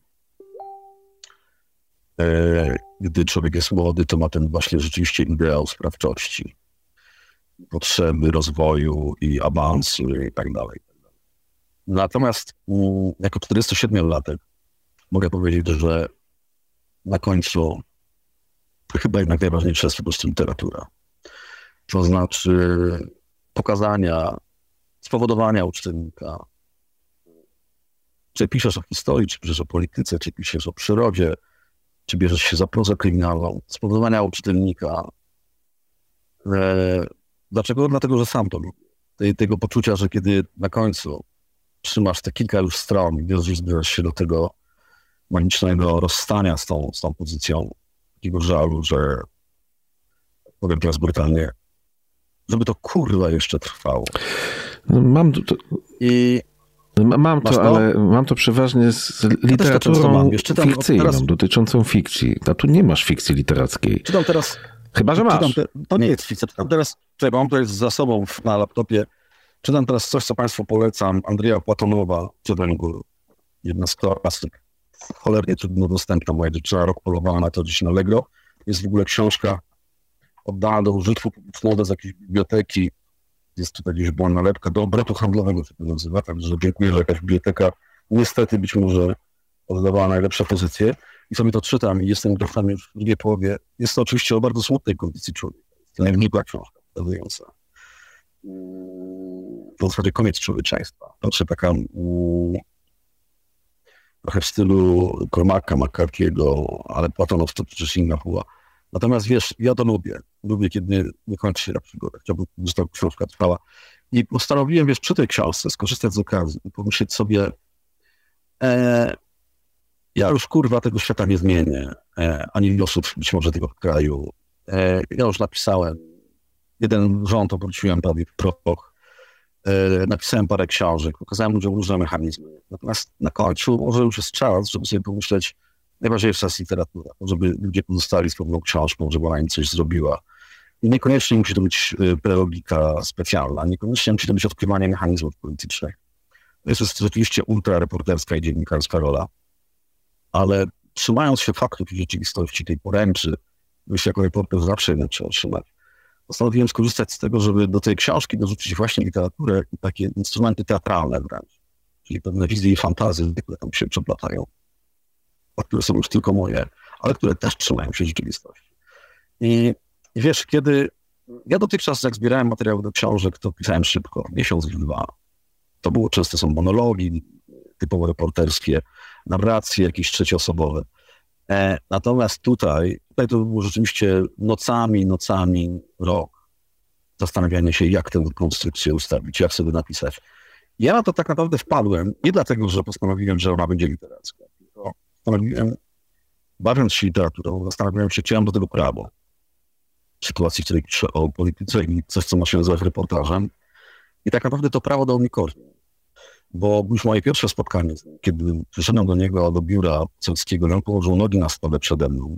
Gdy człowiek jest młody, to ma ten właśnie rzeczywiście ideał sprawczości, potrzeby rozwoju i awansu i tak dalej. Natomiast jako czterdziestosiedmiolatek mogę powiedzieć, że na końcu to chyba jednak najważniejsza jest po prostu literatura. To znaczy pokazania, spowodowania u czytelnika, czy piszesz o historii, czy piszesz o polityce, czy piszesz o przyrodzie, czy bierzesz się za prozę kryminalną, spowodowania u czytelnika. E, dlaczego? Dlatego, że sam to lubię. Tej, tego poczucia, że kiedy na końcu trzymasz te kilka już stron i wiesz, że zbierasz się do tego magicznego rozstania z tą, z tą pozycją, takiego żalu, że powiem teraz brutalnie, żeby to kurwa jeszcze trwało. No, mam to... I Mam to, ale mam to przeważnie z literaturą ja czytam, fikcyjną, teraz... dotyczącą fikcji. A tu nie masz fikcji literackiej. Czytam teraz... Chyba, że masz. Te... To nie jest fikcja. Czytam teraz... Czekaj, mam to jest za sobą na laptopie. Czytam teraz coś, co Państwu polecam. Andrzeja Platonowa, czytam go. Jedna z klasyk. Cholernie trudno dostępna. Moja dziewczyna rok polowała na to gdzieś na Allegro. Jest w ogóle książka oddana do użytku publicznego z jakiejś biblioteki. Jest tutaj gdzieś była nalepka do obrotu handlowego, się to nazywa, także dziękuję, że jakaś biblioteka niestety być może oddawała najlepsze pozycje. I sobie to czytam i jestem tam już w drugiej połowie. Jest to oczywiście o bardzo smutnej kondycji człowieka. To najwnikła książka pokazująca. To w zasadzie koniec człowieczeństwa. To czy taka um, trochę w stylu Cormaca, McCarthy'ego, ale Platonow to przecież inna była. Natomiast wiesz, ja to lubię. Lubię, kiedy nie kończy się ta przygoda. Chciałbym, żeby ta książka trwała. I postanowiłem, wiesz, przy tej książce skorzystać z okazji i pomyśleć sobie, e, ja już kurwa tego świata nie zmienię, e, ani losów być może tego kraju. E, ja już napisałem jeden rząd, obróciłem prawie w proch. E, napisałem parę książek, pokazałem ludziom różne mechanizmy. Natomiast na końcu może już jest czas, żeby sobie pomyśleć, najważniejsza jest literatura, żeby ludzie pozostali z pewną książką, żeby ona im coś zrobiła. I niekoniecznie musi to być pedagogika specjalna, niekoniecznie musi to być odkrywanie mechanizmów politycznych. To jest rzeczywiście ultra reporterska i dziennikarska rola, ale trzymając się faktów i rzeczywistości tej poręczy, bo się jako reporter zawsze jednak trzeba trzymać, postanowiłem skorzystać z tego, żeby do tej książki dorzucić właśnie literaturę i takie instrumenty teatralne wręcz, czyli pewne wizje i fantazy, które tam się przeplatają, które są już tylko moje, ale które też trzymają się rzeczywistości. I, i wiesz, kiedy ja dotychczas, jak zbierałem materiały do książek, to pisałem szybko, miesiąc lub dwa. To było często są monologi typowo reporterskie, narracje jakieś trzecioosobowe. E, natomiast tutaj, tutaj to było rzeczywiście nocami, nocami, rok. Zastanawianie się, jak tę konstrukcję ustawić, jak sobie napisać. Ja na to tak naprawdę wpadłem, nie dlatego, że postanowiłem, że ona będzie literacka, tylko postanowiłem, bawiąc się literaturą, zastanawiałem się, czy ja mam do tego prawo. W sytuacji, w której piszę o polityce i coś, co ma się nazywać reportażem. I tak naprawdę to prawo dał mi Korwin. Bo już moje pierwsze spotkanie, kiedy przyszedłem do niego, do biura poselskiego, on położył nogi na stole przede mną.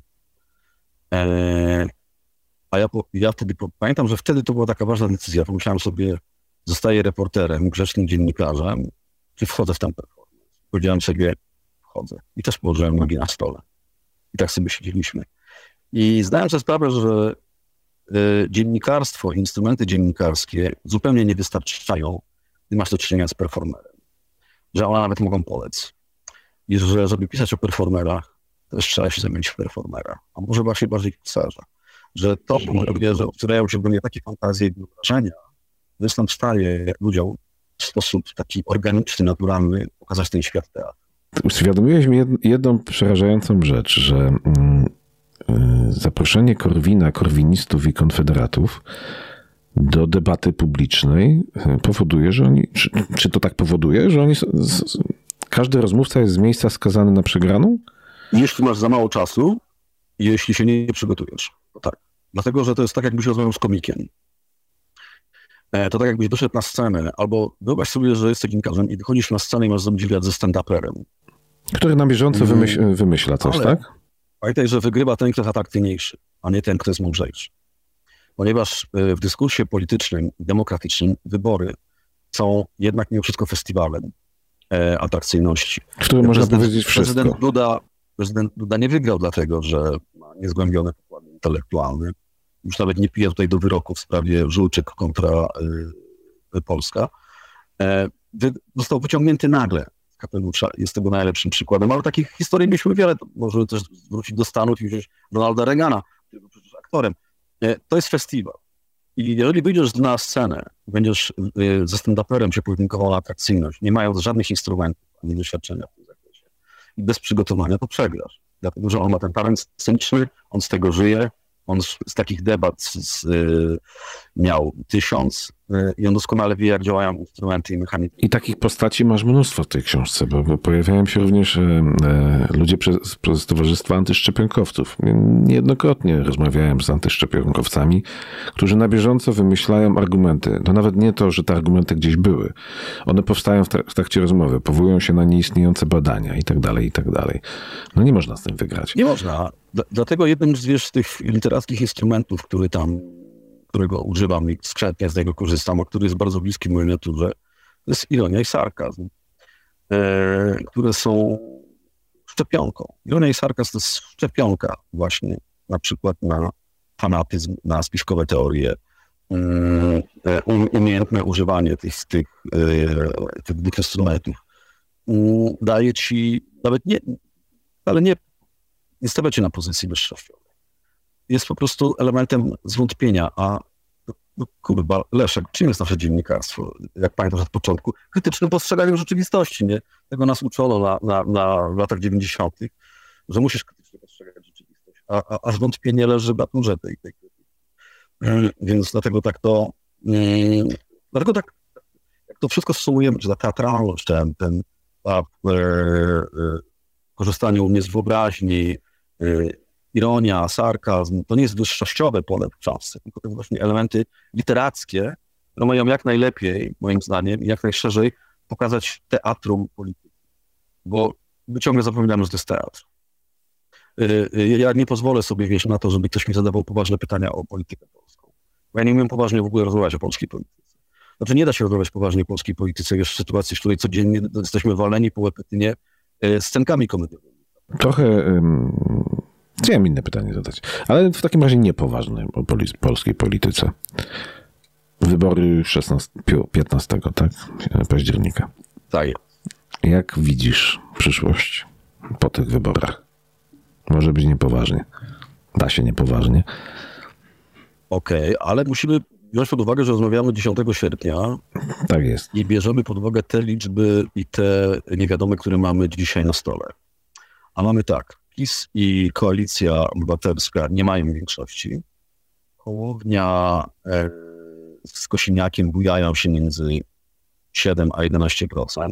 Eee, a ja, ja wtedy, pamiętam, że wtedy to była taka ważna decyzja. Pomyślałem sobie, zostaję reporterem, grzecznym dziennikarzem, czy wchodzę w ten performance. Powiedziałem sobie, wchodzę. I też położyłem nogi na stole. I tak sobie siedzieliśmy. I zdałem sobie sprawę, że y, dziennikarstwo, instrumenty dziennikarskie zupełnie nie wystarczają, gdy masz do czynienia z performerem. Że one nawet mogą polec. I że żeby pisać o performerach, też trzeba się zamienić w performera. A może właśnie bardziej w pisarza. Że to, że otwierają się do mnie takie fantazje i wyobrażenia, że jestem w stanie ludziom w sposób taki organiczny, naturalny pokazać ten świat teatru. Uświadomiłeś mi jedną przerażającą rzecz, że mm, zaproszenie Korwina, korwinistów i konfederatów do debaty publicznej powoduje, że oni, czy, czy to tak powoduje, że oni, z, każdy rozmówca jest z miejsca skazany na przegraną? Jeśli masz za mało czasu i jeśli się nie przygotujesz, to tak. Dlatego, że to jest tak, jakbyś rozmawiał z komikiem. To tak, jakbyś doszedł na scenę, albo wyobraź sobie, że jesteś dziennikarzem i wychodzisz na scenę i masz zrobić wywiad ze stand-uperem. Który na bieżąco wymyśl, wymyśla coś, ale tak? Pamiętaj, że wygrywa ten, kto jest atrakcyjniejszy, a nie ten, kto jest mądrzejszy. Ponieważ w dyskursie politycznym i demokratycznym wybory są jednak mimo wszystko festiwalem e, atrakcyjności. W którym można powiedzieć wszystko. Prezydent Duda, prezydent Duda nie wygrał dlatego, że ma niezgłębione pokłady intelektualne. Już nawet nie piję tutaj do wyroku w sprawie Żulczyk kontra y, Polska. E, wy, został wyciągnięty nagle z kapelusza. Jest tego najlepszym przykładem. Ale takich historii mieliśmy wiele. Możemy też wrócić do Stanów i wziąć Ronalda Reagana, który był przecież aktorem. E, to jest festiwal. I jeżeli wyjdziesz na scenę, będziesz y, ze stand-uperem się pojedynkował na atrakcyjność, nie mając żadnych instrumentów ani doświadczenia w tym zakresie i bez przygotowania, to przegrasz. Dlatego, że on ma ten talent sceniczny, on z tego żyje. On z, z takich debat z, y, miał tysiąc y, i on doskonale wie, jak działają instrumenty i mechanizmy. I takich postaci masz mnóstwo w tej książce, bo, bo pojawiają się również e, ludzie przez, przez Towarzystwo Antyszczepionkowców. Niejednokrotnie rozmawiałem z antyszczepionkowcami, którzy na bieżąco wymyślają argumenty. To nawet nie to, że te argumenty gdzieś były. One powstają w, tra- w trakcie rozmowy, powołują się na nieistniejące badania i tak dalej, i tak dalej. No nie można z tym wygrać. Nie można. D- dlatego jednym z, wiesz, tych literackich instrumentów, który tam, którego używam i skrzętnie z niego korzystam, a który jest bardzo bliski mojej naturze, to jest ironia i sarkazm, e, które są szczepionką. Ironia i sarkazm to jest szczepionka właśnie na przykład na fanatyzm, na spiskowe teorie, e, um, umiejętne używanie tych, tych, e, tych, tych instrumentów. Um, daje ci nawet nie, ale nie nie stawia cię na pozycji wyższościowej. Jest po prostu elementem zwątpienia, a no, kurwa, Leszek, czym jest nasze dziennikarstwo? Jak pamiętasz od początku? Krytycznym postrzeganiem rzeczywistości, nie? Tego nas uczono na, na, na w latach dziewięćdziesiątych, że musisz krytycznie postrzegać rzeczywistość, a, a, a zwątpienie leży w naturze tej, tej krytyki. Więc dlatego tak to, yy, dlatego tak, jak to wszystko sumujemy, czy ta teatralność, ten, ten ta, yy, yy, korzystanie u mnie z wyobraźni, yy, ironia, sarkazm, to nie jest wyższościowe pole w książce, tylko te właśnie elementy literackie, które mają jak najlepiej, moim zdaniem, jak najszerzej pokazać teatrum polityki. Bo my ciągle zapominamy, że to jest teatr. Yy, ja nie pozwolę sobie, wiesz, na to, żeby ktoś mi zadawał poważne pytania o politykę polską. Bo ja nie umiem poważnie w ogóle rozmawiać o polskiej polityce. Znaczy nie da się rozmawiać poważnie o polskiej polityce już w sytuacji, w której codziennie jesteśmy waleni po łepetynie scenkami komediowymi. Trochę um, chciałem inne pytanie zadać, ale w takim razie niepoważne o poli- polskiej polityce. Wybory szesnastego, piętnastego, tak? Października. Tak. Jak widzisz przyszłość po tych wyborach? Może być niepoważnie. Da się niepoważnie. Okej, okay, ale musimy wziąć pod uwagę, że rozmawiamy dziesiątego sierpnia. Tak jest. I bierzemy pod uwagę te liczby i te niewiadome, które mamy dzisiaj na stole. A mamy tak, PiS i Koalicja Obywatelska nie mają większości. Hołownia e, z Kosiniakiem bujają się między siedem a jedenaście procent.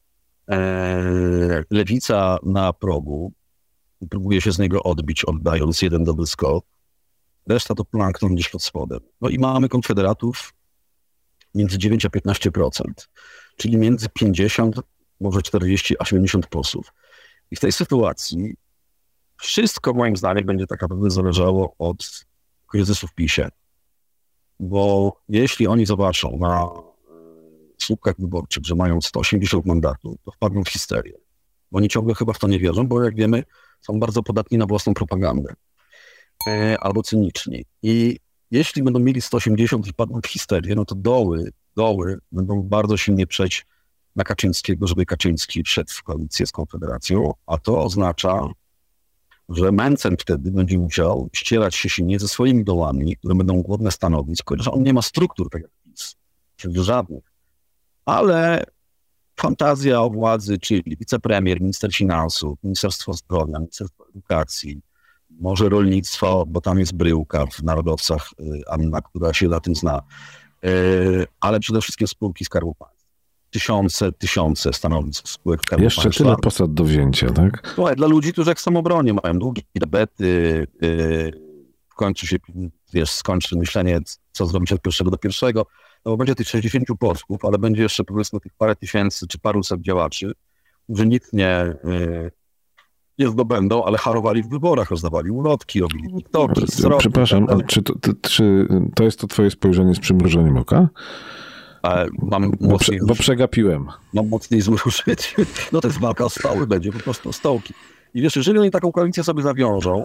Lewica na progu próbuje się z niego odbić, oddając jeden dobry skok. Reszta to plankton gdzieś pod spodem. No i mamy konfederatów między dziewięć a piętnaście procent, czyli między pięćdziesiąt, może czterdzieści a siedemdziesiąt posłów. I w tej sytuacji wszystko moim zdaniem będzie tak naprawdę zależało od kryzysu w PiSie. Bo jeśli oni zobaczą na słupkach wyborczych, że mają sto osiemdziesiąt mandatów, to wpadną w histerię. Bo oni ciągle chyba w to nie wierzą, bo jak wiemy, są bardzo podatni na własną propagandę. E, albo cyniczni. I jeśli będą mieli sto osiemdziesiąt i wpadną w histerię, no to doły, doły będą bardzo silnie przejść na Kaczyńskiego, żeby Kaczyński wszedł w koalicję z Konfederacją, a to oznacza, że Mencen wtedy będzie musiał ścierać się silnie ze swoimi dołami, które będą głodne stanowisk, że on nie ma struktur, tak jak PiS, czyli żadnych. Ale fantazja o władzy, czyli wicepremier, minister finansów, ministerstwo zdrowia, ministerstwo edukacji, może rolnictwo, bo tam jest bryłka w narodowcach, Anna, która się na tym zna, ale przede wszystkim spółki Skarbu Państwa. Tysiące, tysiące stanowisk spółek Skarbu Jeszcze Państwa. tyle posad do wzięcia, tak? Słuchaj, dla ludzi, którzy jak w samobronie mają długie debety, w końcu się, wiesz, skończy myślenie, co zrobić od pierwszego do pierwszego, no bo będzie tych sześćdziesięciu posłów, ale będzie jeszcze powiedzmy tych parę tysięcy czy paruset działaczy, którzy nic nie, nie zdobędą, ale harowali w wyborach, rozdawali ulotki, robili TikToki. Przepraszam, ale czy to, to, czy to jest to twoje spojrzenie z przymrużeniem oka? Mam bo, mocniej, prze, bo przegapiłem. Mam mocniej zmrużyć. No to jest walka o stoły, będzie po prostu o stołki. I wiesz, jeżeli oni taką koalicję sobie zawiążą,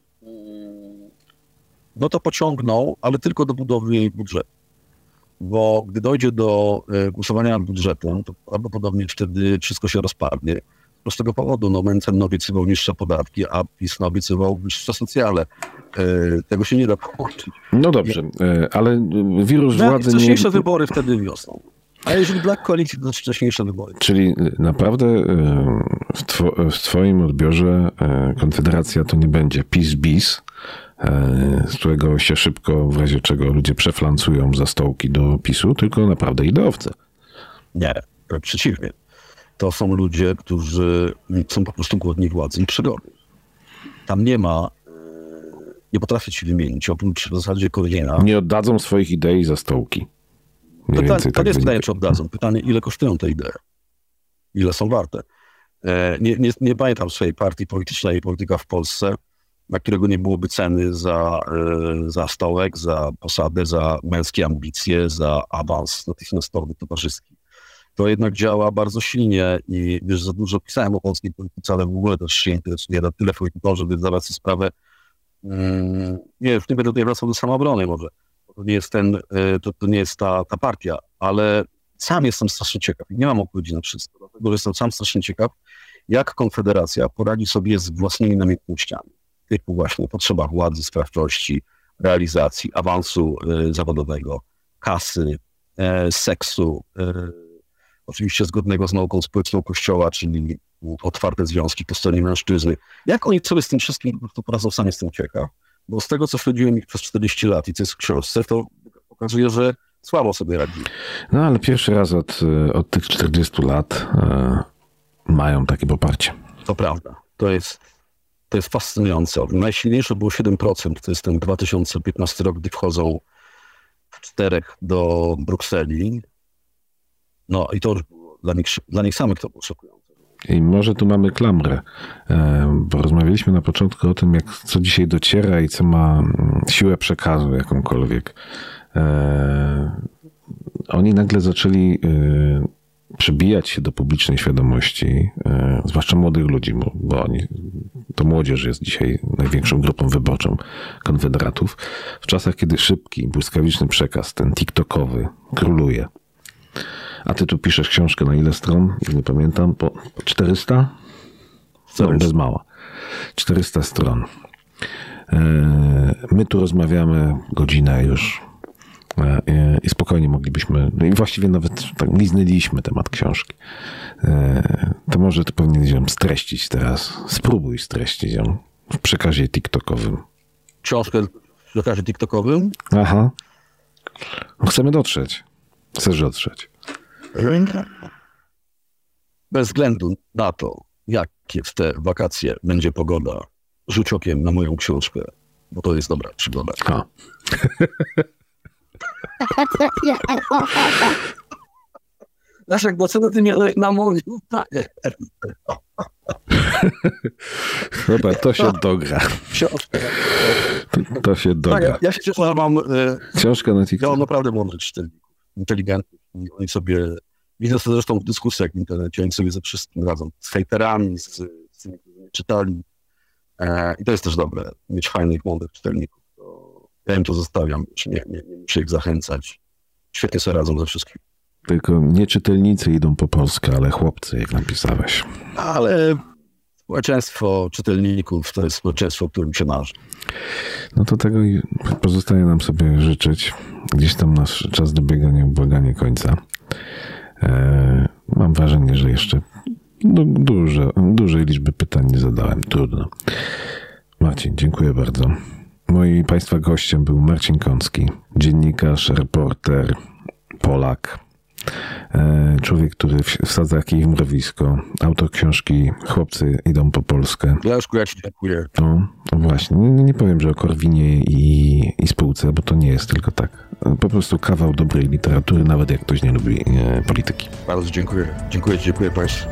no to pociągną, ale tylko do budowy jej budżetu. Bo gdy dojdzie do głosowania nad budżetem, to prawdopodobnie wtedy wszystko się rozpadnie. Z prostego powodu, no Mencen obiecywał niższe podatki, a PiS obiecywał wyższe socjale. Tego się nie da połączyć. No dobrze, ale wirus no, władzy nie... Wcześniejsze wybory wtedy wiosną. A jeżeli dla koalicji, to wcześniejsze wybory. Czyli naprawdę w, two, w twoim odbiorze Konfederacja to nie będzie PiS-bis, z którego się szybko, w razie czego ludzie przeflancują za stołki do PiSu, tylko naprawdę ideowcy. Nie, przeciwnie. To są ludzie, którzy są po prostu głodni władzy i przygody. Tam nie ma, nie potrafię ci wymienić, oprócz w zasadzie Korwina. Nie oddadzą swoich idei za stołki. Pytanie, to tak jest pytanie, czy oddadzą. Pytanie, ile kosztują te idee? Ile są warte? Nie, nie, nie pamiętam swojej partii politycznej, polityka w Polsce, na którego nie byłoby ceny za, za stołek, za posadę, za męskie ambicje, za awans natychmiastowy, towarzyski. To jednak działa bardzo silnie i wiesz, za dużo pisałem o polskiej polityce, ale w ogóle też się interesuje na tyle polityką, żeby zdawać sobie sprawę. Hmm, nie, już nie będę tutaj wracał do samoobrony może. To nie jest ten, to, to nie jest ta, ta partia, ale sam jestem strasznie ciekaw i nie mam odpowiedzi na wszystko, dlatego że jestem sam strasznie ciekaw, jak Konfederacja poradzi sobie z własnymi namiętnościami. Typu właśnie potrzeba władzy, sprawczości, realizacji, awansu y, zawodowego, kasy, y, seksu, y, oczywiście zgodnego z nauką społeczną Kościoła, czyli otwarte związki po stronie mężczyzny. Jak oni sobie z tym wszystkim po prostu poradzą, sam jestem ciekaw, bo z tego, co śledziłem ich przez czterdzieści lat i co jest w książce, to pokazuje, że słabo sobie radzi. No ale pierwszy raz od, od tych czterdziestu lat e, mają takie poparcie. To prawda. To jest, to jest fascynujące. Najsilniejsze było siedem procent, to jest ten dwa tysiące piętnasty rok, gdy wchodzą w czterech do Brukseli. No i to już było dla nich, dla nich samych to było szokujące. I może tu mamy klamrę, bo rozmawialiśmy na początku o tym, jak co dzisiaj dociera i co ma siłę przekazu jakąkolwiek. Oni nagle zaczęli przebijać się do publicznej świadomości, zwłaszcza młodych ludzi, bo, bo oni, to młodzież jest dzisiaj największą grupą wyborczą konfederatów, w czasach, kiedy szybki, błyskawiczny przekaz, ten tiktokowy, króluje. A ty tu piszesz książkę na ile stron? Nie pamiętam. Po, po czterysta? No, bez mała. czterysta stron. My tu rozmawiamy godzinę już i spokojnie moglibyśmy, no i właściwie nawet tak liznęliśmy temat książki. To może ty powinieneś ją streścić teraz. Spróbuj streścić ją w przekazie tiktokowym. Książkę w przekazie tiktokowym? Aha. Chcemy dotrzeć. Chcesz dotrzeć. Bez względu na to, jakie w te wakacje będzie pogoda, rzuć okiem na moją książkę, bo to jest dobra przygoda. A. Leszek, bo co ty mnie namówił? Dobra, to się dogra. Książkę. To, to się dogra. Ja, ja się cieszę, że mam... Książkę na Ja TikTok. mam naprawdę mądrych czytelników, inteligentnych. I oni sobie... Widzę to zresztą w dyskusjach w internecie, oni sobie ze wszystkim radzą. Z hejterami, z, z tymi, którzy nie czytali. E, I to jest też dobre, mieć fajnych, mądrych czytelników. To ja im to zostawiam, nie, nie, nie muszę ich zachęcać. Świetnie sobie radzą ze wszystkim. Tylko nie czytelnicy idą po Polskę, ale chłopcy, jak napisałeś. Ale społeczeństwo czytelników to jest społeczeństwo, którym się marzy. No to tego i pozostaje nam sobie życzyć. Gdzieś tam nasz czas dobiega nieubłaganie końca. E, mam wrażenie, że jeszcze du- duże, dużej liczby pytań nie zadałem. Trudno. Marcin, dziękuję bardzo. Moim Państwa gościem był Marcin Kącki, dziennikarz, reporter, Polak. Człowiek, który wsadza kij w mrowisko. Autor książki Chłopcy idą po Polskę. Leszku, ja ci dziękuję. No, no właśnie. Nie, nie powiem, że o Korwinie i, i spółce, bo to nie jest tylko tak. Po prostu kawał dobrej literatury, nawet jak ktoś nie lubi nie, polityki. Bardzo dziękuję. Dziękuję, dziękuję Państwu.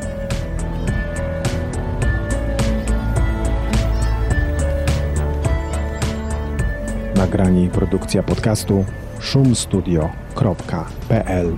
Nagranie i produkcja podcastu szum studio kropka p l.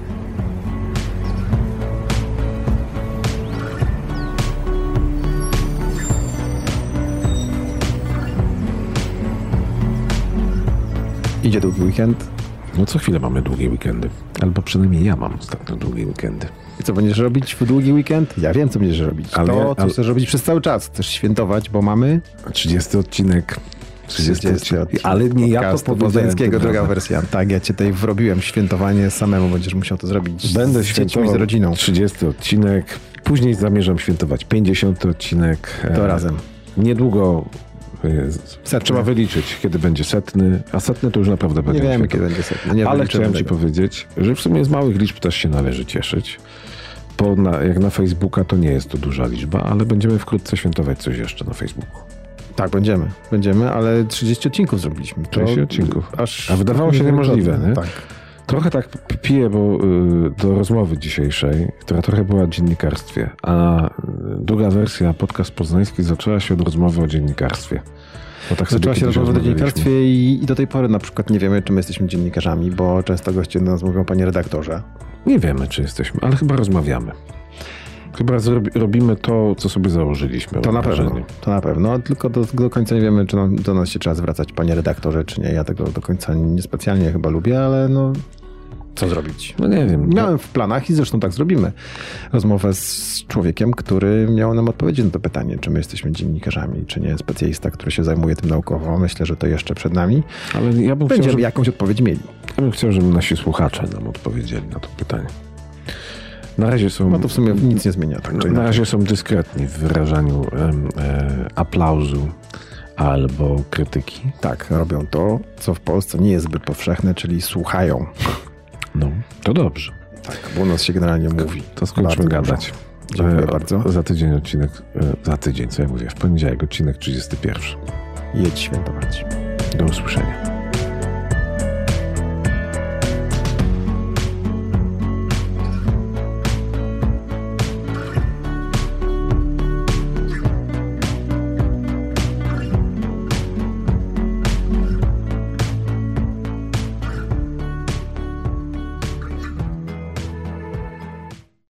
Idzie długi weekend. No co chwilę mamy długie weekendy. Albo przynajmniej ja mam ostatnio długie weekendy. I co będziesz robić w długi weekend? Ja wiem, co będziesz robić. Ale to, ja- co ale- chcesz robić przez cały czas. Chcesz świętować, bo mamy trzydziesty odcinek. trzydziesty odcinek. odcinek Ale nie ja to podcastu powiedziałem. Poznańskiego, tym droga razem. wersja. Tak, ja cię tutaj wrobiłem. Świętowanie samemu będziesz musiał to zrobić. Będę z dziećmi, świętował z rodziną. trzydziesty odcinek. Później zamierzam świętować pięćdziesiąty odcinek. To E, razem. Niedługo e, Setny. trzeba wyliczyć, kiedy będzie setny, a setny to już naprawdę Nie będzie. wiemy, świętował. kiedy będzie setny. Nie Ale wyliczymy chciałem ci tego. powiedzieć, że w sumie z małych liczb też się należy cieszyć. Bo na, jak na Facebooka to nie jest to duża liczba, ale będziemy wkrótce świętować coś jeszcze na Facebooku. Tak, będziemy. Będziemy, ale trzydzieści odcinków zrobiliśmy. To trzydzieści odcinków. Aż A wydawało się niemożliwe, nie? Tak. Trochę tak p- piję, bo y, do rozmowy dzisiejszej, która trochę była o dziennikarstwie, a y, druga wersja, podcast poznański, zaczęła się od rozmowy o dziennikarstwie. Bo tak sobie Zaczęła się kiedyś rozmowa o rozmawialiśmy. dziennikarstwie i, i do tej pory na przykład nie wiemy, czy my jesteśmy dziennikarzami, bo często goście do nas mówią, panie redaktorze. Nie wiemy, czy jesteśmy, ale chyba rozmawiamy. Chyba zrobi, robimy to, co sobie założyliśmy. To mam na pewno, wrażenie. to na pewno, tylko do, do końca nie wiemy, czy nam, do nas się trzeba zwracać, panie redaktorze, czy nie. Ja tego do końca niespecjalnie chyba lubię, ale no, co zrobić? No nie wiem. Miałem w planach i zresztą tak zrobimy rozmowę z człowiekiem, który miał nam odpowiedzieć na to pytanie, czy my jesteśmy dziennikarzami, czy nie. Specjalista, który się zajmuje tym naukowo. Myślę, że to jeszcze przed nami. Ale ja bym, chciał, Będziemy żeby, jakąś odpowiedź mieli. ja bym chciał, żeby nasi słuchacze nam odpowiedzieli na to pytanie. Na razie są... No to w sumie nic nie zmienia. Tak, czy Na inaczej. razie są dyskretni w wyrażaniu em, e, aplauzu albo krytyki. Tak, robią to, co w Polsce nie jest zbyt powszechne, czyli słuchają. No, to dobrze. Tak, bo u nas się generalnie mówi. To skończmy Bardzo gadać. dużo. Dziękuję E, bardzo. Za tydzień odcinek, e, za tydzień, co ja mówię, w poniedziałek odcinek trzydziesty pierwszy. Jedź świętować. Do usłyszenia.